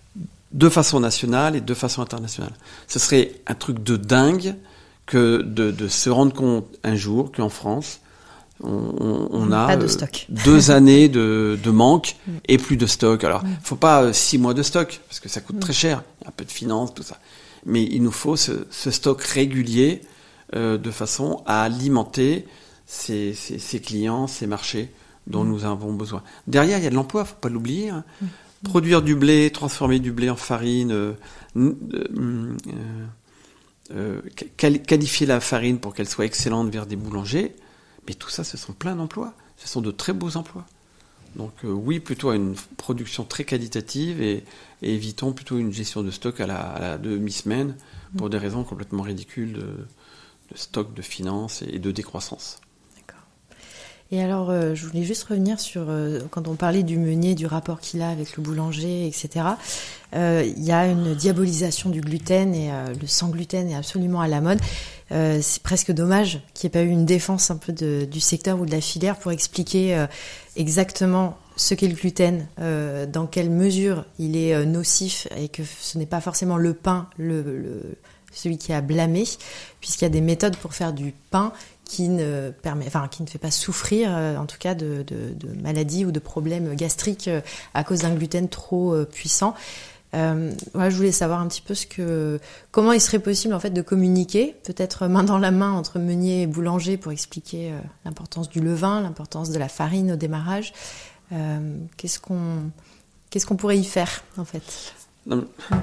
[SPEAKER 2] de façon nationale et de façon internationale. Ce serait un truc de dingue que de, de se rendre compte un jour qu'en France, on, on, on a
[SPEAKER 1] de stock.
[SPEAKER 2] euh, deux années de, de manque et plus de stock. Alors, il ne faut pas euh, six mois de stock, parce que ça coûte très cher, un peu de finance, tout ça. Mais il nous faut ce, ce stock régulier euh, de façon à alimenter ces, ces, ces clients, ces marchés dont mmh. nous avons besoin. Derrière, il y a de l'emploi, faut pas l'oublier. Hein. Mmh. Produire du blé, transformer du blé en farine, euh, euh, euh, euh, qualifier la farine pour qu'elle soit excellente vers des boulangers, mais tout ça, ce sont plein d'emplois. Ce sont de très beaux emplois. Donc euh, oui, plutôt à une production très qualitative et, et évitons plutôt une gestion de stock à la, à la demi-semaine pour des raisons complètement ridicules de, de stock, de finances et de décroissance.
[SPEAKER 1] D'accord. Et alors, euh, je voulais juste revenir sur, euh, quand on parlait du meunier, du rapport qu'il a avec le boulanger, et cetera. Euh, il y a une diabolisation du gluten et euh, le sans gluten est absolument à la mode. Euh, c'est presque dommage qu'il n'y ait pas eu une défense un peu de, du secteur ou de la filière pour expliquer euh, exactement ce qu'est le gluten, euh, dans quelle mesure il est euh, nocif et que ce n'est pas forcément le pain le, le, celui qui a blâmé, puisqu'il y a des méthodes pour faire du pain qui ne permet, enfin qui ne fait pas souffrir, euh, en tout cas de, de, de maladies ou de problèmes gastriques euh, à cause d'un gluten trop euh, puissant. Euh, voilà, je voulais savoir un petit peu ce que, comment il serait possible en fait de communiquer, peut-être main dans la main entre meunier et boulanger pour expliquer euh, l'importance du levain, l'importance de la farine au démarrage. Euh, qu'est-ce qu'on, qu'est-ce qu'on pourrait y faire en fait?
[SPEAKER 2] Non,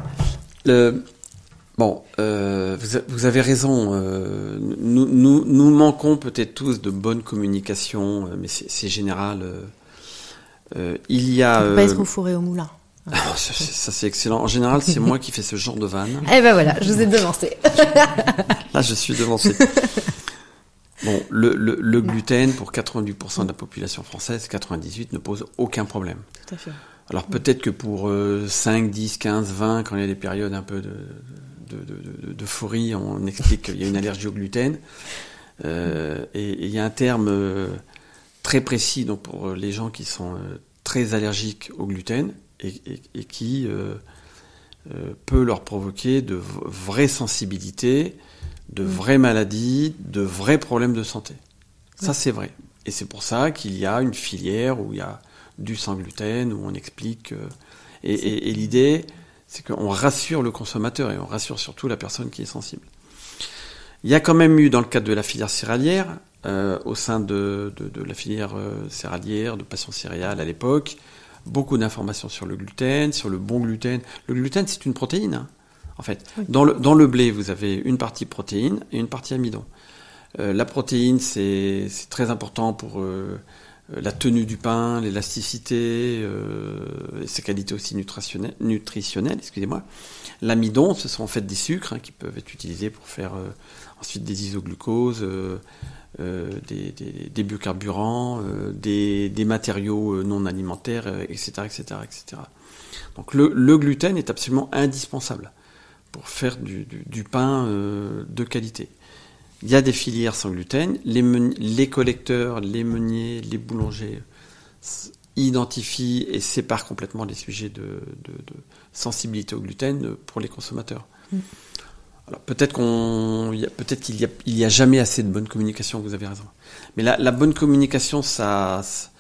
[SPEAKER 2] le, bon, euh, vous, a, vous avez raison. Euh, nous, nous, nous manquons peut-être tous de bonne communication, mais c'est, c'est général. Euh, euh, il y a.
[SPEAKER 1] On ne peut pas être au four et au moulin.
[SPEAKER 2] Ah, ça, ça c'est excellent. En général, c'est moi qui fais ce genre de vanne.
[SPEAKER 1] Eh ben voilà, je vous ai devancé.
[SPEAKER 2] Là, je suis devancé. Bon, le, le, le gluten, pour quatre-vingt-dix pour cent de la population française, quatre-vingt-dix-huit ne pose aucun problème.
[SPEAKER 1] Tout à fait.
[SPEAKER 2] Alors peut-être que pour euh, cinq, dix, quinze, vingt, quand il y a des périodes un peu de, de, de, de, d'euphorie, on explique qu'il y a une allergie au gluten. Euh, et il y a un terme euh, très précis donc pour les gens qui sont euh, très allergiques au gluten, Et, et, et qui euh, euh, peut leur provoquer de v- vraies sensibilités, de mmh. vraies maladies, de vrais problèmes de santé. Ça, mmh. c'est vrai. Et c'est pour ça qu'il y a une filière où il y a du sans gluten, où on explique... Euh, et, et, et l'idée, c'est qu'on rassure le consommateur et on rassure surtout la personne qui est sensible. Il y a quand même eu, dans le cadre de la filière céréalière, euh, au sein de, de, de la filière euh, céréalière, de Passion Céréales à l'époque, beaucoup d'informations sur le gluten, sur le bon gluten. Le gluten, c'est une protéine, hein, en fait. Oui. Dans, le, dans le blé, vous avez une partie protéine et une partie amidon. Euh, la protéine, c'est, c'est très important pour euh, la tenue du pain, l'élasticité, euh, et ses qualités aussi nutritionnelles, nutritionnelles, excusez-moi. L'amidon, ce sont en fait des sucres hein, qui peuvent être utilisés pour faire euh, ensuite des isoglucoses, euh, Euh, des, des, des biocarburants, euh, des, des matériaux non alimentaires, euh, et cetera, et cetera, et cetera. Donc le, le gluten est absolument indispensable pour faire du, du, du pain euh, de qualité. Il y a des filières sans gluten, les, meuni- les collecteurs, les meuniers, les boulangers identifient et séparent complètement les sujets de, de, de sensibilité au gluten pour les consommateurs. Mmh. Alors peut-être qu'on, peut-être qu'il y a, il y a jamais assez de bonne communication. Vous avez raison. Mais la, la bonne communication, ça,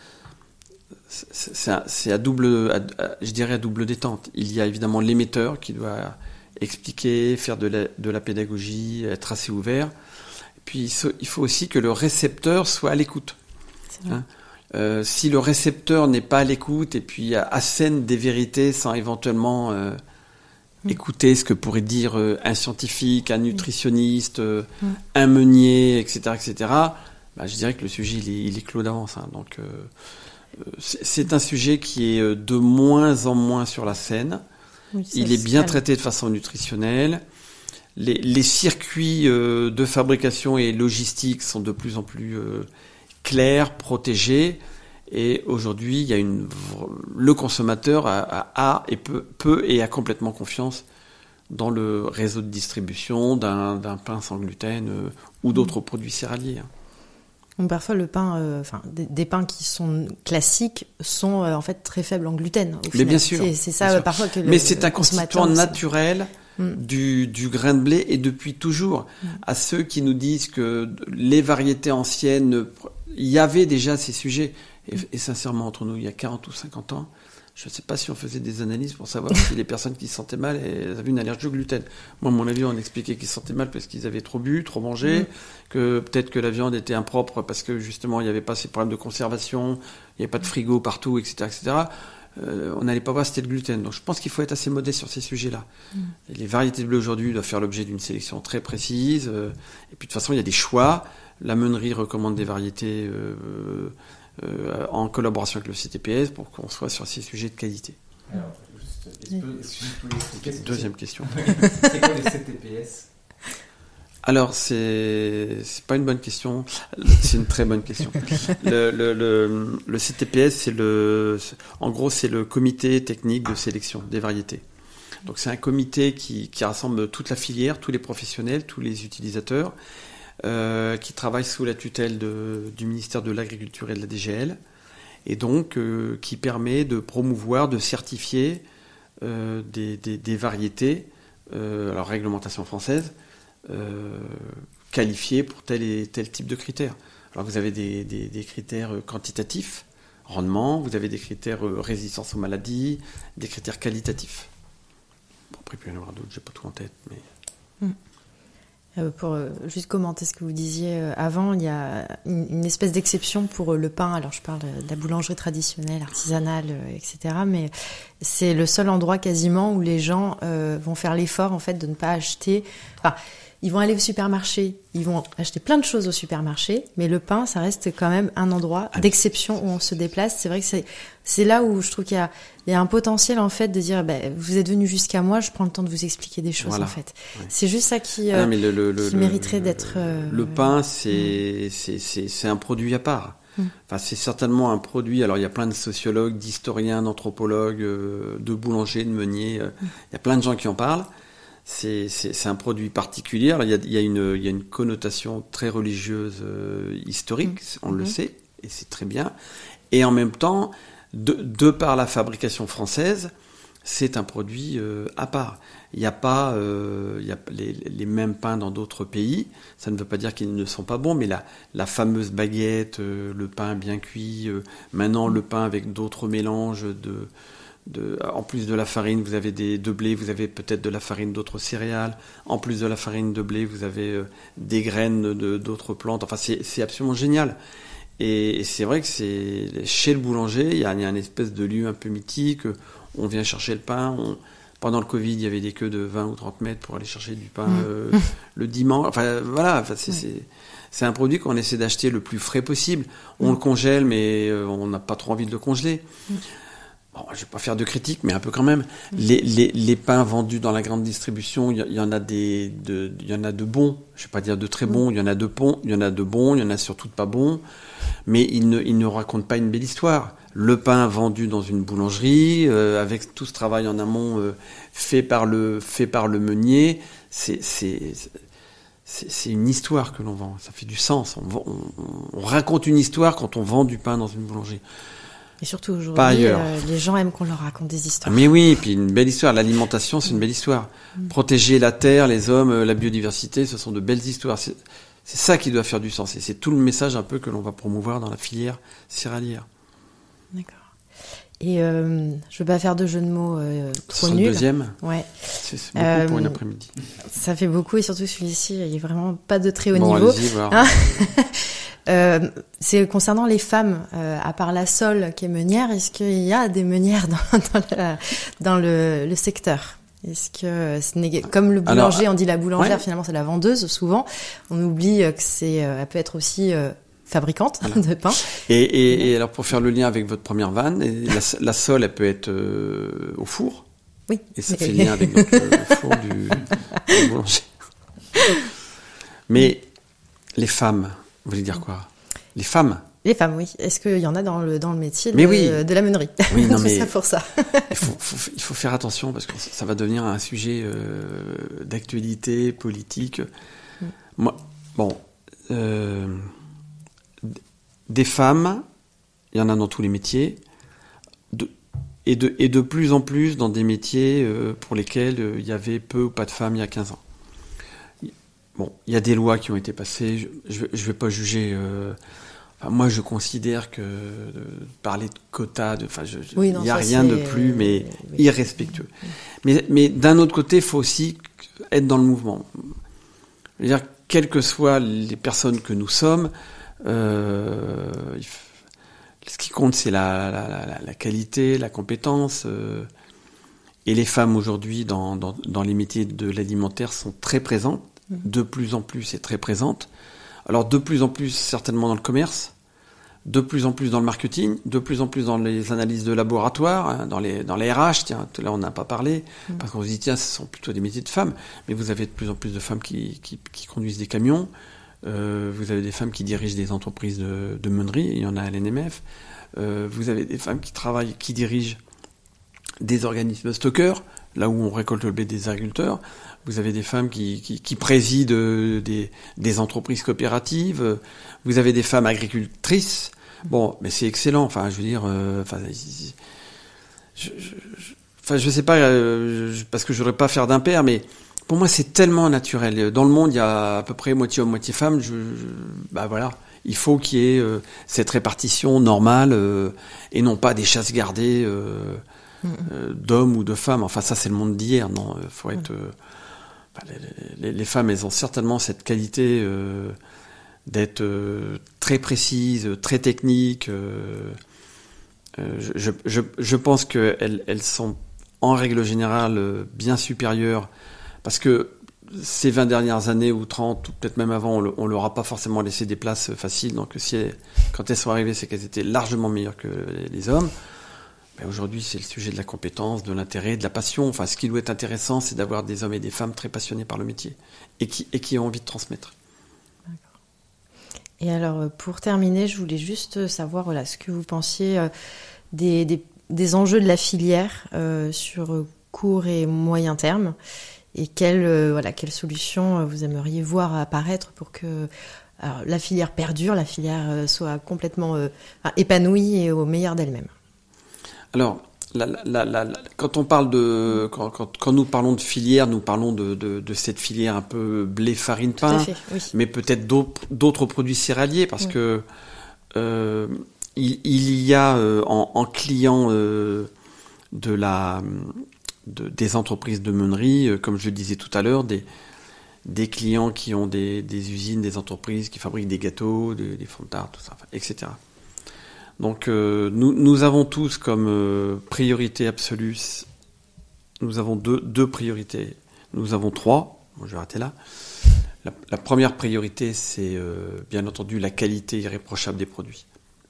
[SPEAKER 2] c'est, à, c'est à double, à, à, je dirais à double détente. Il y a évidemment l'émetteur qui doit expliquer, faire de la, de la pédagogie, être assez ouvert. Et puis il faut aussi que le récepteur soit à l'écoute. Hein euh, si le récepteur n'est pas à l'écoute et puis assène des vérités sans éventuellement euh, écouter ce que pourrait dire euh, un scientifique, un nutritionniste, euh, mmh. un meunier, et cetera, et cetera. Bah, je dirais que le sujet il est, il est clos d'avance. Hein. Donc, euh, c'est, c'est un sujet qui est de moins en moins sur la scène. Oui, il est bien calme. Traité de façon nutritionnelle. Les, les circuits euh, de fabrication et logistique sont de plus en plus euh, clairs, protégés. Et aujourd'hui, il y a une, le consommateur a, a, a et peut, peut et a complètement confiance dans le réseau de distribution d'un, d'un pain sans gluten euh, ou d'autres mmh. produits céréaliers.
[SPEAKER 1] Donc parfois, le pain, euh, enfin, des, des pains qui sont classiques sont euh, en fait très faibles en gluten. Au
[SPEAKER 2] Mais
[SPEAKER 1] final.
[SPEAKER 2] bien sûr.
[SPEAKER 1] C'est, c'est ça euh, parfois que le,
[SPEAKER 2] Mais c'est
[SPEAKER 1] le
[SPEAKER 2] un constituant naturel mmh. du, du grain de blé et depuis toujours. Mmh. À ceux qui nous disent que les variétés anciennes, il y avait déjà ces sujets. Et, et sincèrement, entre nous, il y a quarante ou cinquante ans, je ne sais pas si on faisait des analyses pour savoir si les personnes qui se sentaient mal elles avaient une allergie au gluten. Moi, à mon avis, on expliquait qu'ils se sentaient mal parce qu'ils avaient trop bu, trop mangé, mmh. que peut-être que la viande était impropre parce que justement, il n'y avait pas ces problèmes de conservation, il n'y avait pas de frigo partout, et cetera, et cetera. Euh, on n'allait pas voir si c'était le gluten. Donc je pense qu'il faut être assez modeste sur ces sujets-là. Mmh. Les variétés de blé aujourd'hui doivent faire l'objet d'une sélection très précise. Euh, et puis de toute façon, il y a des choix. La meunerie recommande des variétés euh, euh, en collaboration avec le C T P S pour qu'on soit sur ces sujets de qualité.
[SPEAKER 3] Alors, juste, est-ce que, est-ce que vous pouvez expliquer
[SPEAKER 2] Deuxième c'est... question.
[SPEAKER 3] C'est quoi les C T P S?
[SPEAKER 2] Alors, c'est c'est pas une bonne question. C'est une très bonne question. Le, le, le, le C T P S, c'est le, en gros, c'est le comité technique de sélection des variétés. Donc, c'est un comité qui, qui rassemble toute la filière, tous les professionnels, tous les utilisateurs, euh, qui travaillent sous la tutelle de, du ministère de l'Agriculture et de la D G L, et donc euh, qui permet de promouvoir, de certifier euh, des, des, des variétés, euh, alors réglementation française. Euh, qualifiés pour tel et tel type de critères. Alors vous avez des, des, des critères quantitatifs, rendement, vous avez des critères résistance aux maladies, des critères qualitatifs. Bon, après, il peut y en avoir d'autres, j'ai pas tout en tête, mais...
[SPEAKER 1] Mmh. Euh, pour euh, juste commenter ce que vous disiez euh, avant, il y a une, une espèce d'exception pour euh, le pain. Alors je parle de la boulangerie traditionnelle, artisanale, euh, et cetera. Mais c'est le seul endroit quasiment où les gens euh, vont faire l'effort en fait de ne pas acheter... Enfin, ils vont aller au supermarché, ils vont acheter plein de choses au supermarché, mais le pain, ça reste quand même un endroit d'exception où on se déplace. C'est vrai que c'est, c'est là où je trouve qu'il y a, il y a un potentiel, en fait, de dire, ben, vous êtes venu jusqu'à moi, je prends le temps de vous expliquer des choses,
[SPEAKER 2] voilà.
[SPEAKER 1] en fait.
[SPEAKER 2] Ouais.
[SPEAKER 1] C'est juste ça qui, euh,
[SPEAKER 2] ah, mais le, le, le,
[SPEAKER 1] qui
[SPEAKER 2] le,
[SPEAKER 1] mériterait
[SPEAKER 2] le,
[SPEAKER 1] d'être... Euh,
[SPEAKER 2] le pain, c'est, mmh. c'est, c'est, c'est un produit à part. Mmh. Enfin, c'est certainement un produit... Alors, il y a plein de sociologues, d'historiens, d'anthropologues, euh, de boulangers, de meuniers. Euh, mmh. Il y a plein de gens qui en parlent. C'est, c'est, c'est un produit particulier. Alors, il y a, il y a une, il y a une connotation très religieuse, euh, historique, mmh. on mmh. le sait, et c'est très bien. Et en même temps, de, de par la fabrication française, c'est un produit euh, à part. Il n'y a pas euh, il y a les, les mêmes pains dans d'autres pays. Ça ne veut pas dire qu'ils ne sont pas bons, mais la, la fameuse baguette, euh, le pain bien cuit, euh, maintenant le pain avec d'autres mélanges de... De, en plus de la farine, vous avez des, de blé, vous avez peut-être de la farine d'autres céréales. En plus de la farine de blé, vous avez euh, des graines de, d'autres plantes. Enfin, c'est, c'est absolument génial. Et, et c'est vrai que c'est chez le boulanger, il y a, il y a une espèce de lieu un peu mythique. On vient chercher le pain. On, pendant le Covid, il y avait des queues de vingt ou trente mètres pour aller chercher du pain euh, le dimanche. Enfin, voilà. Enfin, c'est, c'est, c'est un produit qu'on essaie d'acheter le plus frais possible. On le congèle, mais euh, on n'a pas trop envie de le congeler. Bon, je ne vais pas faire de critique, mais un peu quand même. Mmh. Les, les, les pains vendus dans la grande distribution, il y, y en a des, de, il y en a de bons. Je ne vais pas dire de très bons. Il mmh. y en a de bons, il y en a de bons, il y en a surtout de pas bons. Mais ils ne, ils ne racontent pas une belle histoire. Le pain vendu dans une boulangerie, euh, avec tout ce travail en amont euh, fait par le, fait par le meunier, c'est, c'est, c'est, c'est une histoire que l'on vend. Ça fait du sens. On, on, on raconte une histoire quand on vend du pain dans une boulangerie.
[SPEAKER 1] Et surtout aujourd'hui, euh, les gens aiment qu'on leur raconte des histoires.
[SPEAKER 2] Mais oui, et puis une belle histoire. L'alimentation, c'est une belle histoire. Mmh. Protéger la terre, les hommes, la biodiversité, ce sont de belles histoires. C'est, c'est ça qui doit faire du sens. Et c'est tout le message un peu que l'on va promouvoir dans la filière céréalière.
[SPEAKER 1] D'accord. Et euh, je ne veux pas faire de jeu de mots euh, trop nuls.
[SPEAKER 2] Le deuxième.
[SPEAKER 1] Ouais.
[SPEAKER 2] C'est, c'est beaucoup euh, pour une après-midi.
[SPEAKER 1] Ça fait beaucoup, et surtout celui-ci, il n'est vraiment pas de très haut
[SPEAKER 2] bon,
[SPEAKER 1] niveau.
[SPEAKER 2] Allez-y, voir.
[SPEAKER 1] Hein Euh, c'est concernant les femmes, euh, à part la Sol qui est meunière, est-ce qu'il y a des meunières dans, dans, la, dans le, le secteur? Est-ce que, ce n'est, comme le boulanger, Alors, on dit la boulangère, ouais. finalement c'est la vendeuse souvent, on oublie que c'est, euh, elle peut être aussi euh, fabricante voilà. de pain.
[SPEAKER 2] Et, et, et alors pour faire le lien avec votre première vanne, la, la Sol elle peut être euh, au four.
[SPEAKER 1] Oui.
[SPEAKER 2] Et ça fait lien avec notre euh, four du, du boulanger. Mais les femmes, vous voulez dire quoi? Les femmes?
[SPEAKER 1] Les femmes, oui. Est-ce qu'il y en a dans le, dans le métier de,
[SPEAKER 2] mais oui.
[SPEAKER 1] de la meunerie?
[SPEAKER 2] Oui, non, mais
[SPEAKER 1] c'est ça pour ça.
[SPEAKER 2] il, faut, faut, il faut faire attention parce que ça va devenir un sujet euh, d'actualité politique. Mm. Moi, bon, euh, des femmes, il y en a dans tous les métiers, de, et, de, et de plus en plus dans des métiers euh, pour lesquels euh, il y avait peu ou pas de femmes il y a quinze ans. Bon, il y a des lois qui ont été passées, je ne vais pas juger, euh, Enfin, moi, je considère que de parler de quotas, de, enfin, je,
[SPEAKER 1] oui,
[SPEAKER 2] il n'y a rien de plus, mais oui. irrespectueux.
[SPEAKER 1] Oui.
[SPEAKER 2] Mais, mais d'un autre côté, il faut aussi être dans le mouvement. Je veux dire, quelles que soient les personnes que nous sommes, euh, ce qui compte, c'est la, la, la, la qualité, la compétence. Euh, et les femmes aujourd'hui, dans, dans, dans les métiers de l'alimentaire, sont très présentes, mmh. de plus en plus et très présentes. Alors, de plus en plus, certainement dans le commerce, de plus en plus dans le marketing, de plus en plus dans les analyses de laboratoire, hein, dans les dans les R H, tiens, là on n'a pas parlé, mmh. parce qu'on se dit, tiens, ce sont plutôt des métiers de femmes, mais vous avez de plus en plus de femmes qui, qui, qui conduisent des camions, euh, vous avez des femmes qui dirigent des entreprises de, de meunerie, il y en a à l'N M F, euh, vous avez des femmes qui travaillent, qui dirigent des organismes stockeurs, là où on récolte le blé des agriculteurs, vous avez des femmes qui, qui, qui président des, des entreprises coopératives, vous avez des femmes agricultrices. Bon, mais c'est excellent. Enfin, je veux dire, euh, enfin, je, je, je, enfin, je sais pas, euh, je, parce que je voudrais pas faire d'impair, mais pour moi, c'est tellement naturel. Dans le monde, il y a à peu près moitié homme, moitié femme. Je, je, bah voilà, il faut qu'il y ait euh, cette répartition normale euh, et non pas des chasses gardées euh, mmh. euh, d'hommes ou de femmes. Enfin, ça, c'est le monde d'hier. Non, il faut être. Euh, Les, les, les femmes, elles ont certainement cette qualité euh, d'être euh, très précises, très techniques. Euh, euh, je, je, je pense qu'elles elles sont, en règle générale, bien supérieures, parce que ces vingt dernières années, ou trente, ou peut-être même avant, on, on leur a pas forcément laissé des places faciles. Donc si elles, quand elles sont arrivées, c'est qu'elles étaient largement meilleures que les hommes. Ben aujourd'hui, c'est le sujet de la compétence, de l'intérêt, de la passion. Enfin, ce qui doit être intéressant, c'est d'avoir des hommes et des femmes très passionnés par le métier et qui, et qui ont envie de transmettre.
[SPEAKER 1] D'accord. Et alors, pour terminer, je voulais juste savoir voilà, ce que vous pensiez euh, des, des, des enjeux de la filière euh, sur court et moyen terme et quelles euh, voilà, quelle solutions vous aimeriez voir apparaître pour que alors, la filière perdure, la filière euh, soit complètement euh, enfin, épanouie et au meilleur d'elle-même.
[SPEAKER 2] Alors, la, la, la, la, quand on parle de, quand, quand, quand nous parlons de filière, nous parlons de, de, de cette filière un peu blé, farine, pain,
[SPEAKER 1] fait, oui.
[SPEAKER 2] mais peut-être d'autres, d'autres produits céréaliers, parce oui. que euh, il, il y a euh, en, en client euh, de la, de, des entreprises de meunerie, euh, comme je le disais tout à l'heure, des, des clients qui ont des, des usines, des entreprises qui fabriquent des gâteaux, des, des fonds de tarte, tout ça, et cetera. Donc euh, nous, nous avons tous comme euh, priorité absolue, nous avons deux, deux priorités, nous avons trois, bon, je vais arrêter là. La, la première priorité, c'est euh, bien entendu la qualité irréprochable des produits.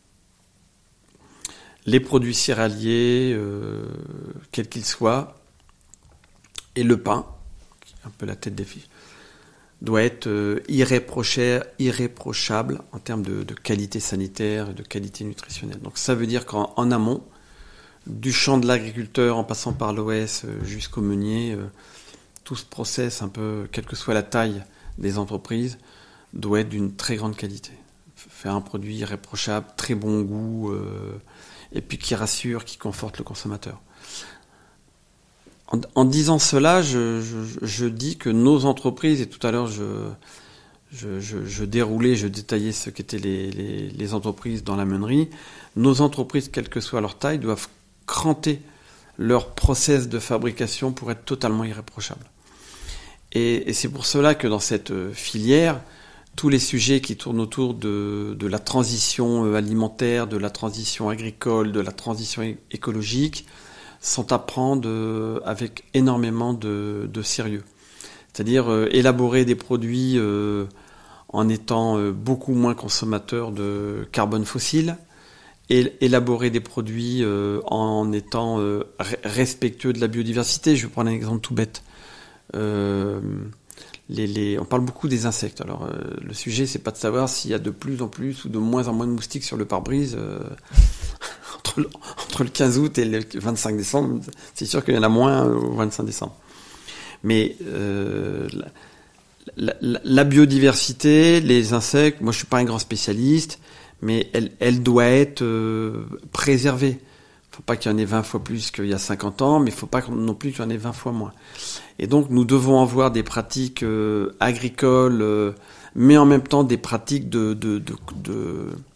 [SPEAKER 2] Les produits céréaliers, euh, quels qu'ils soient, et le pain, qui est un peu la tête des filles, doit être euh, irréprochable, irréprochable en termes de, de qualité sanitaire et de qualité nutritionnelle. Donc ça veut dire qu'en en amont, du champ de l'agriculteur en passant par l'O S euh, jusqu'au meunier, euh, tout ce process, un peu, quelle que soit la taille des entreprises, doit être d'une très grande qualité. Faire un produit irréprochable, très bon goût, euh, et puis qui rassure, qui conforte le consommateur. En, en disant cela, je, je, je dis que nos entreprises, et tout à l'heure je, je, je, je déroulais, je détaillais ce qu'étaient les, les, les entreprises dans la meunerie, nos entreprises, quelle que soit leur taille, doivent cranter leur process de fabrication pour être totalement irréprochables. Et, et c'est pour cela que dans cette filière, tous les sujets qui tournent autour de, de la transition alimentaire, de la transition agricole, de la transition é- écologique, sont à prendre avec énormément de, de sérieux. C'est-à-dire euh, élaborer des produits euh, en étant euh, beaucoup moins consommateurs de carbone fossile, et élaborer des produits euh, en étant euh, respectueux de la biodiversité. Je vais prendre un exemple tout bête. Euh, les, les, on parle beaucoup des insectes. Alors, euh, le sujet, c'est pas de savoir s'il y a de plus en plus ou de moins en moins de moustiques sur le pare-brise. Euh, entre, le, entre le quinze août et le vingt-cinq décembre, c'est sûr qu'il y en a moins au vingt-cinq décembre. Mais euh, la, la, la biodiversité, les insectes, moi je suis pas un grand spécialiste, mais elle, elle doit être euh, préservée. Faut pas qu'il y en ait vingt fois plus qu'il y a cinquante ans, mais il faut pas non plus qu'il y en ait vingt fois moins. Et donc nous devons avoir des pratiques euh, agricoles, euh, mais en même temps des pratiques de, de, de, de,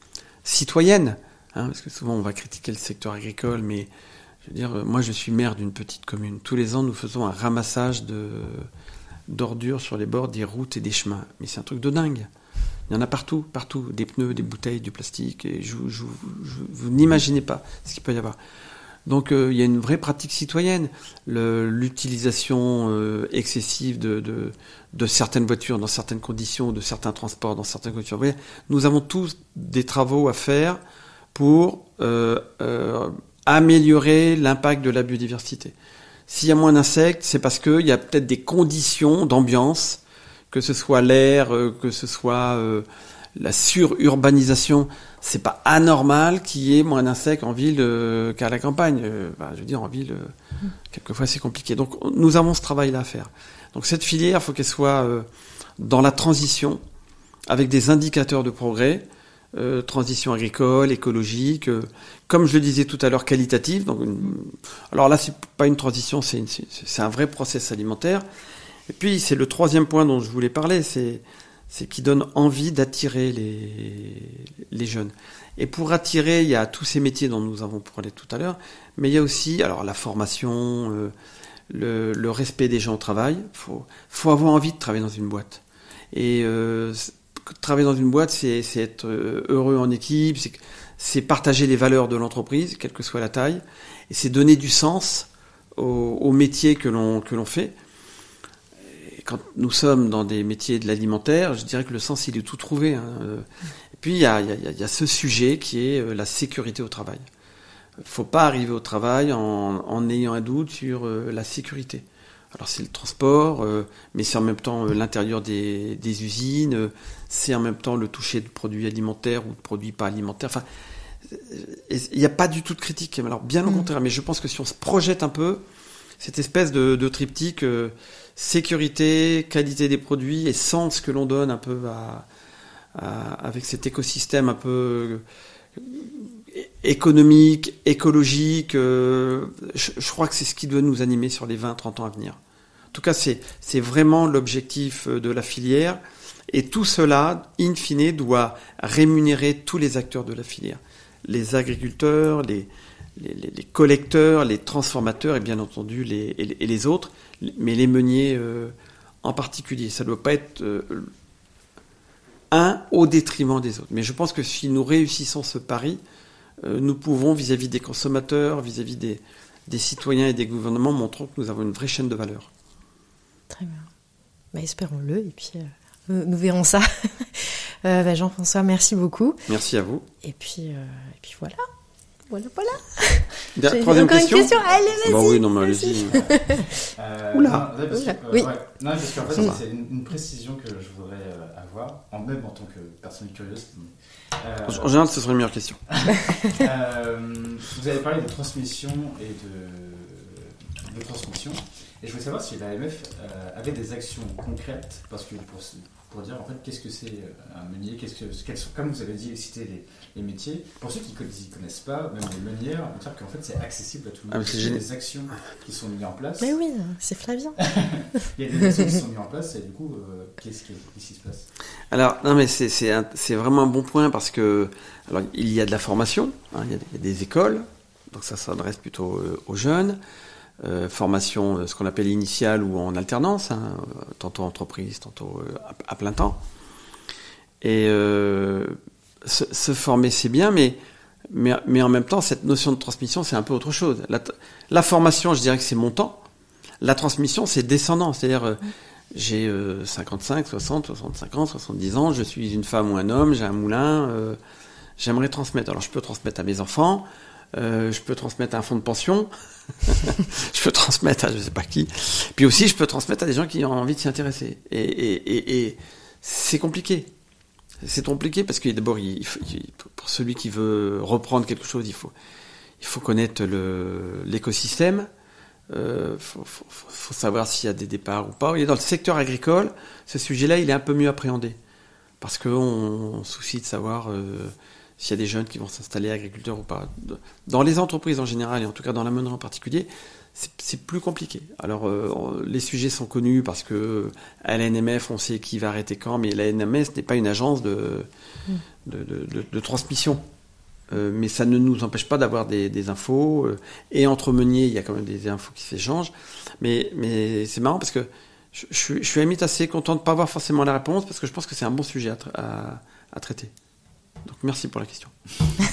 [SPEAKER 2] citoyenne, hein, parce que souvent on va critiquer le secteur agricole, mais je veux dire, moi je suis maire d'une petite commune. Tous les ans, nous faisons un ramassage de, d'ordures sur les bords des routes et des chemins. Mais c'est un truc de dingue. Il y en a partout, partout. Des pneus, des bouteilles, du plastique. Et je, je, je, vous n'imaginez pas ce qu'il peut y avoir. Donc euh, il y a une vraie pratique citoyenne. Le, l'utilisation euh, excessive de, de, de certaines voitures dans certaines conditions, de certains transports dans certaines conditions. Nous avons tous des travaux à faire pour euh, euh, améliorer l'impact de la biodiversité. S'il y a moins d'insectes, c'est parce qu'il y a peut-être des conditions d'ambiance, que ce soit l'air, euh, que ce soit euh, la sururbanisation. C'est pas anormal qu'il y ait moins d'insectes en ville euh, qu'à la campagne. Euh, bah, je veux dire, en ville, euh, quelquefois c'est compliqué. Donc nous avons ce travail-là à faire. Donc cette filière, il faut qu'elle soit euh, dans la transition, avec des indicateurs de progrès, euh, transition agricole, écologique, euh, comme je le disais tout à l'heure, qualitative. Donc, une... Alors là, c'est pas une transition, c'est, une, c'est, c'est un vrai process alimentaire. Et puis, c'est le troisième point dont je voulais parler, c'est, c'est qui donne envie d'attirer les, les jeunes. Et pour attirer, il y a tous ces métiers dont nous avons parlé tout à l'heure, mais il y a aussi alors la formation, euh, le, le respect des gens au travail. Faut, faut avoir envie de travailler dans une boîte. Et euh, travailler dans une boîte, c'est, c'est être heureux en équipe, c'est, c'est partager les valeurs de l'entreprise, quelle que soit la taille, et c'est donner du sens au, au métier que l'on, que l'on fait. Et quand nous sommes dans des métiers de l'alimentaire, je dirais que le sens, il est tout trouvé. Hein. Et puis, il y a, il y a, il y a ce sujet qui est la sécurité au travail. Il ne faut pas arriver au travail en, en ayant un doute sur la sécurité. Alors c'est le transport, euh, mais c'est en même temps euh, l'intérieur des, des usines, euh, c'est en même temps le toucher de produits alimentaires ou de produits pas alimentaires. Enfin, il n'y a pas du tout de critique. Alors bien au mmh. contraire, mais je pense que si on se projette un peu, cette espèce de, de triptyque euh, sécurité, qualité des produits et sens que l'on donne un peu à, à, avec cet écosystème un peu euh, économique, écologique, euh, je, je crois que c'est ce qui doit nous animer sur les vingt à trente ans à venir. En tout cas, c'est, c'est vraiment l'objectif de la filière. Et tout cela, in fine, doit rémunérer tous les acteurs de la filière. Les agriculteurs, les, les, les collecteurs, les transformateurs et bien entendu les, et les autres, mais les meuniers euh, en particulier. Ça ne doit pas être euh, un au détriment des autres. Mais je pense que si nous réussissons ce pari, nous pouvons, vis-à-vis des consommateurs, vis-à-vis des, des citoyens et des gouvernements, montrer que nous avons une vraie chaîne de valeur.
[SPEAKER 1] Très bien. Bah, espérons-le, et puis euh, nous verrons ça. euh, bah, Jean-François, merci beaucoup.
[SPEAKER 2] Merci à vous.
[SPEAKER 1] Et puis, euh, et puis voilà. Voilà, voilà.
[SPEAKER 2] J'ai troisième
[SPEAKER 1] encore
[SPEAKER 2] question.
[SPEAKER 1] une question. Allez, vas-y.
[SPEAKER 2] Bah oui, non, mais allez-y.
[SPEAKER 3] euh,
[SPEAKER 2] Oula.
[SPEAKER 3] Non, parce que, euh,
[SPEAKER 1] oui.
[SPEAKER 3] ouais. Non, parce qu'en fait, c'est une, une précision que je voudrais euh, avoir, en même en tant que personne curieuse. Euh,
[SPEAKER 2] en général, ce serait une meilleure question.
[SPEAKER 3] euh, vous avez parlé de transmission et de, de transmission. Et je voulais savoir si l'A M F euh, avait des actions concrètes, parce que pour, pour dire en fait qu'est-ce que c'est un meunier, qu'est-ce que, quels sont, comme vous avez dit, citer les, les métiers. Pour ceux qui ne connaissent pas, même les meunières, on peut dire qu'en fait c'est accessible à tout le monde.
[SPEAKER 2] Ah,
[SPEAKER 3] il y a des actions qui sont mises en place.
[SPEAKER 1] Mais oui, c'est Flavien.
[SPEAKER 3] Il y a des actions qui sont mises en place et du coup, euh, qu'est-ce, qui, qu'est-ce qui se passe?
[SPEAKER 2] Alors, non, mais c'est, c'est, un, c'est vraiment un bon point parce que alors, il y a de la formation, hein, il, y a, il y a des écoles, donc ça s'adresse plutôt euh, aux jeunes. Euh, formation, ce qu'on appelle initiale ou en alternance, hein, tantôt entreprise, tantôt euh, à, à plein temps. Et euh, se, se former, c'est bien, mais, mais, mais en même temps, cette notion de transmission, c'est un peu autre chose. La, la formation, je dirais que c'est montant. La transmission, c'est descendant. C'est-à-dire, euh, j'ai euh, cinquante-cinq, soixante, soixante-cinq ans, soixante-dix ans, je suis une femme ou un homme, j'ai un moulin, euh, j'aimerais transmettre. Alors, je peux transmettre à mes enfants, euh, je peux transmettre à un fonds de pension, je peux transmettre à je sais pas qui. Puis aussi, je peux transmettre à des gens qui ont envie de s'y intéresser. Et, et, et, et c'est compliqué. C'est compliqué parce que d'abord, il faut, il, pour celui qui veut reprendre quelque chose, il faut, il faut connaître le, l'écosystème. Euh, faut, faut, faut savoir s'il y a des départs ou pas. Et dans le secteur agricole, ce sujet-là, il est un peu mieux appréhendé parce qu'on on soucie de savoir euh, s'il y a des jeunes qui vont s'installer agriculteurs ou pas. Dans les entreprises en général, et en tout cas dans la meunerie en particulier, c'est, c'est plus compliqué. Alors, euh, les sujets sont connus parce que à l'A N M F, on sait qui va arrêter quand, mais l'A N M F n'est pas une agence de, mmh. de, de, de, de transmission. Euh, mais ça ne nous empêche pas d'avoir des, des infos. Euh, et entre meuniers, il y a quand même des infos qui s'échangent. Mais, mais c'est marrant parce que je, je, suis, je suis à la limite assez content de ne pas avoir forcément la réponse parce que je pense que c'est un bon sujet à, tra- à, à traiter. Donc merci pour la question.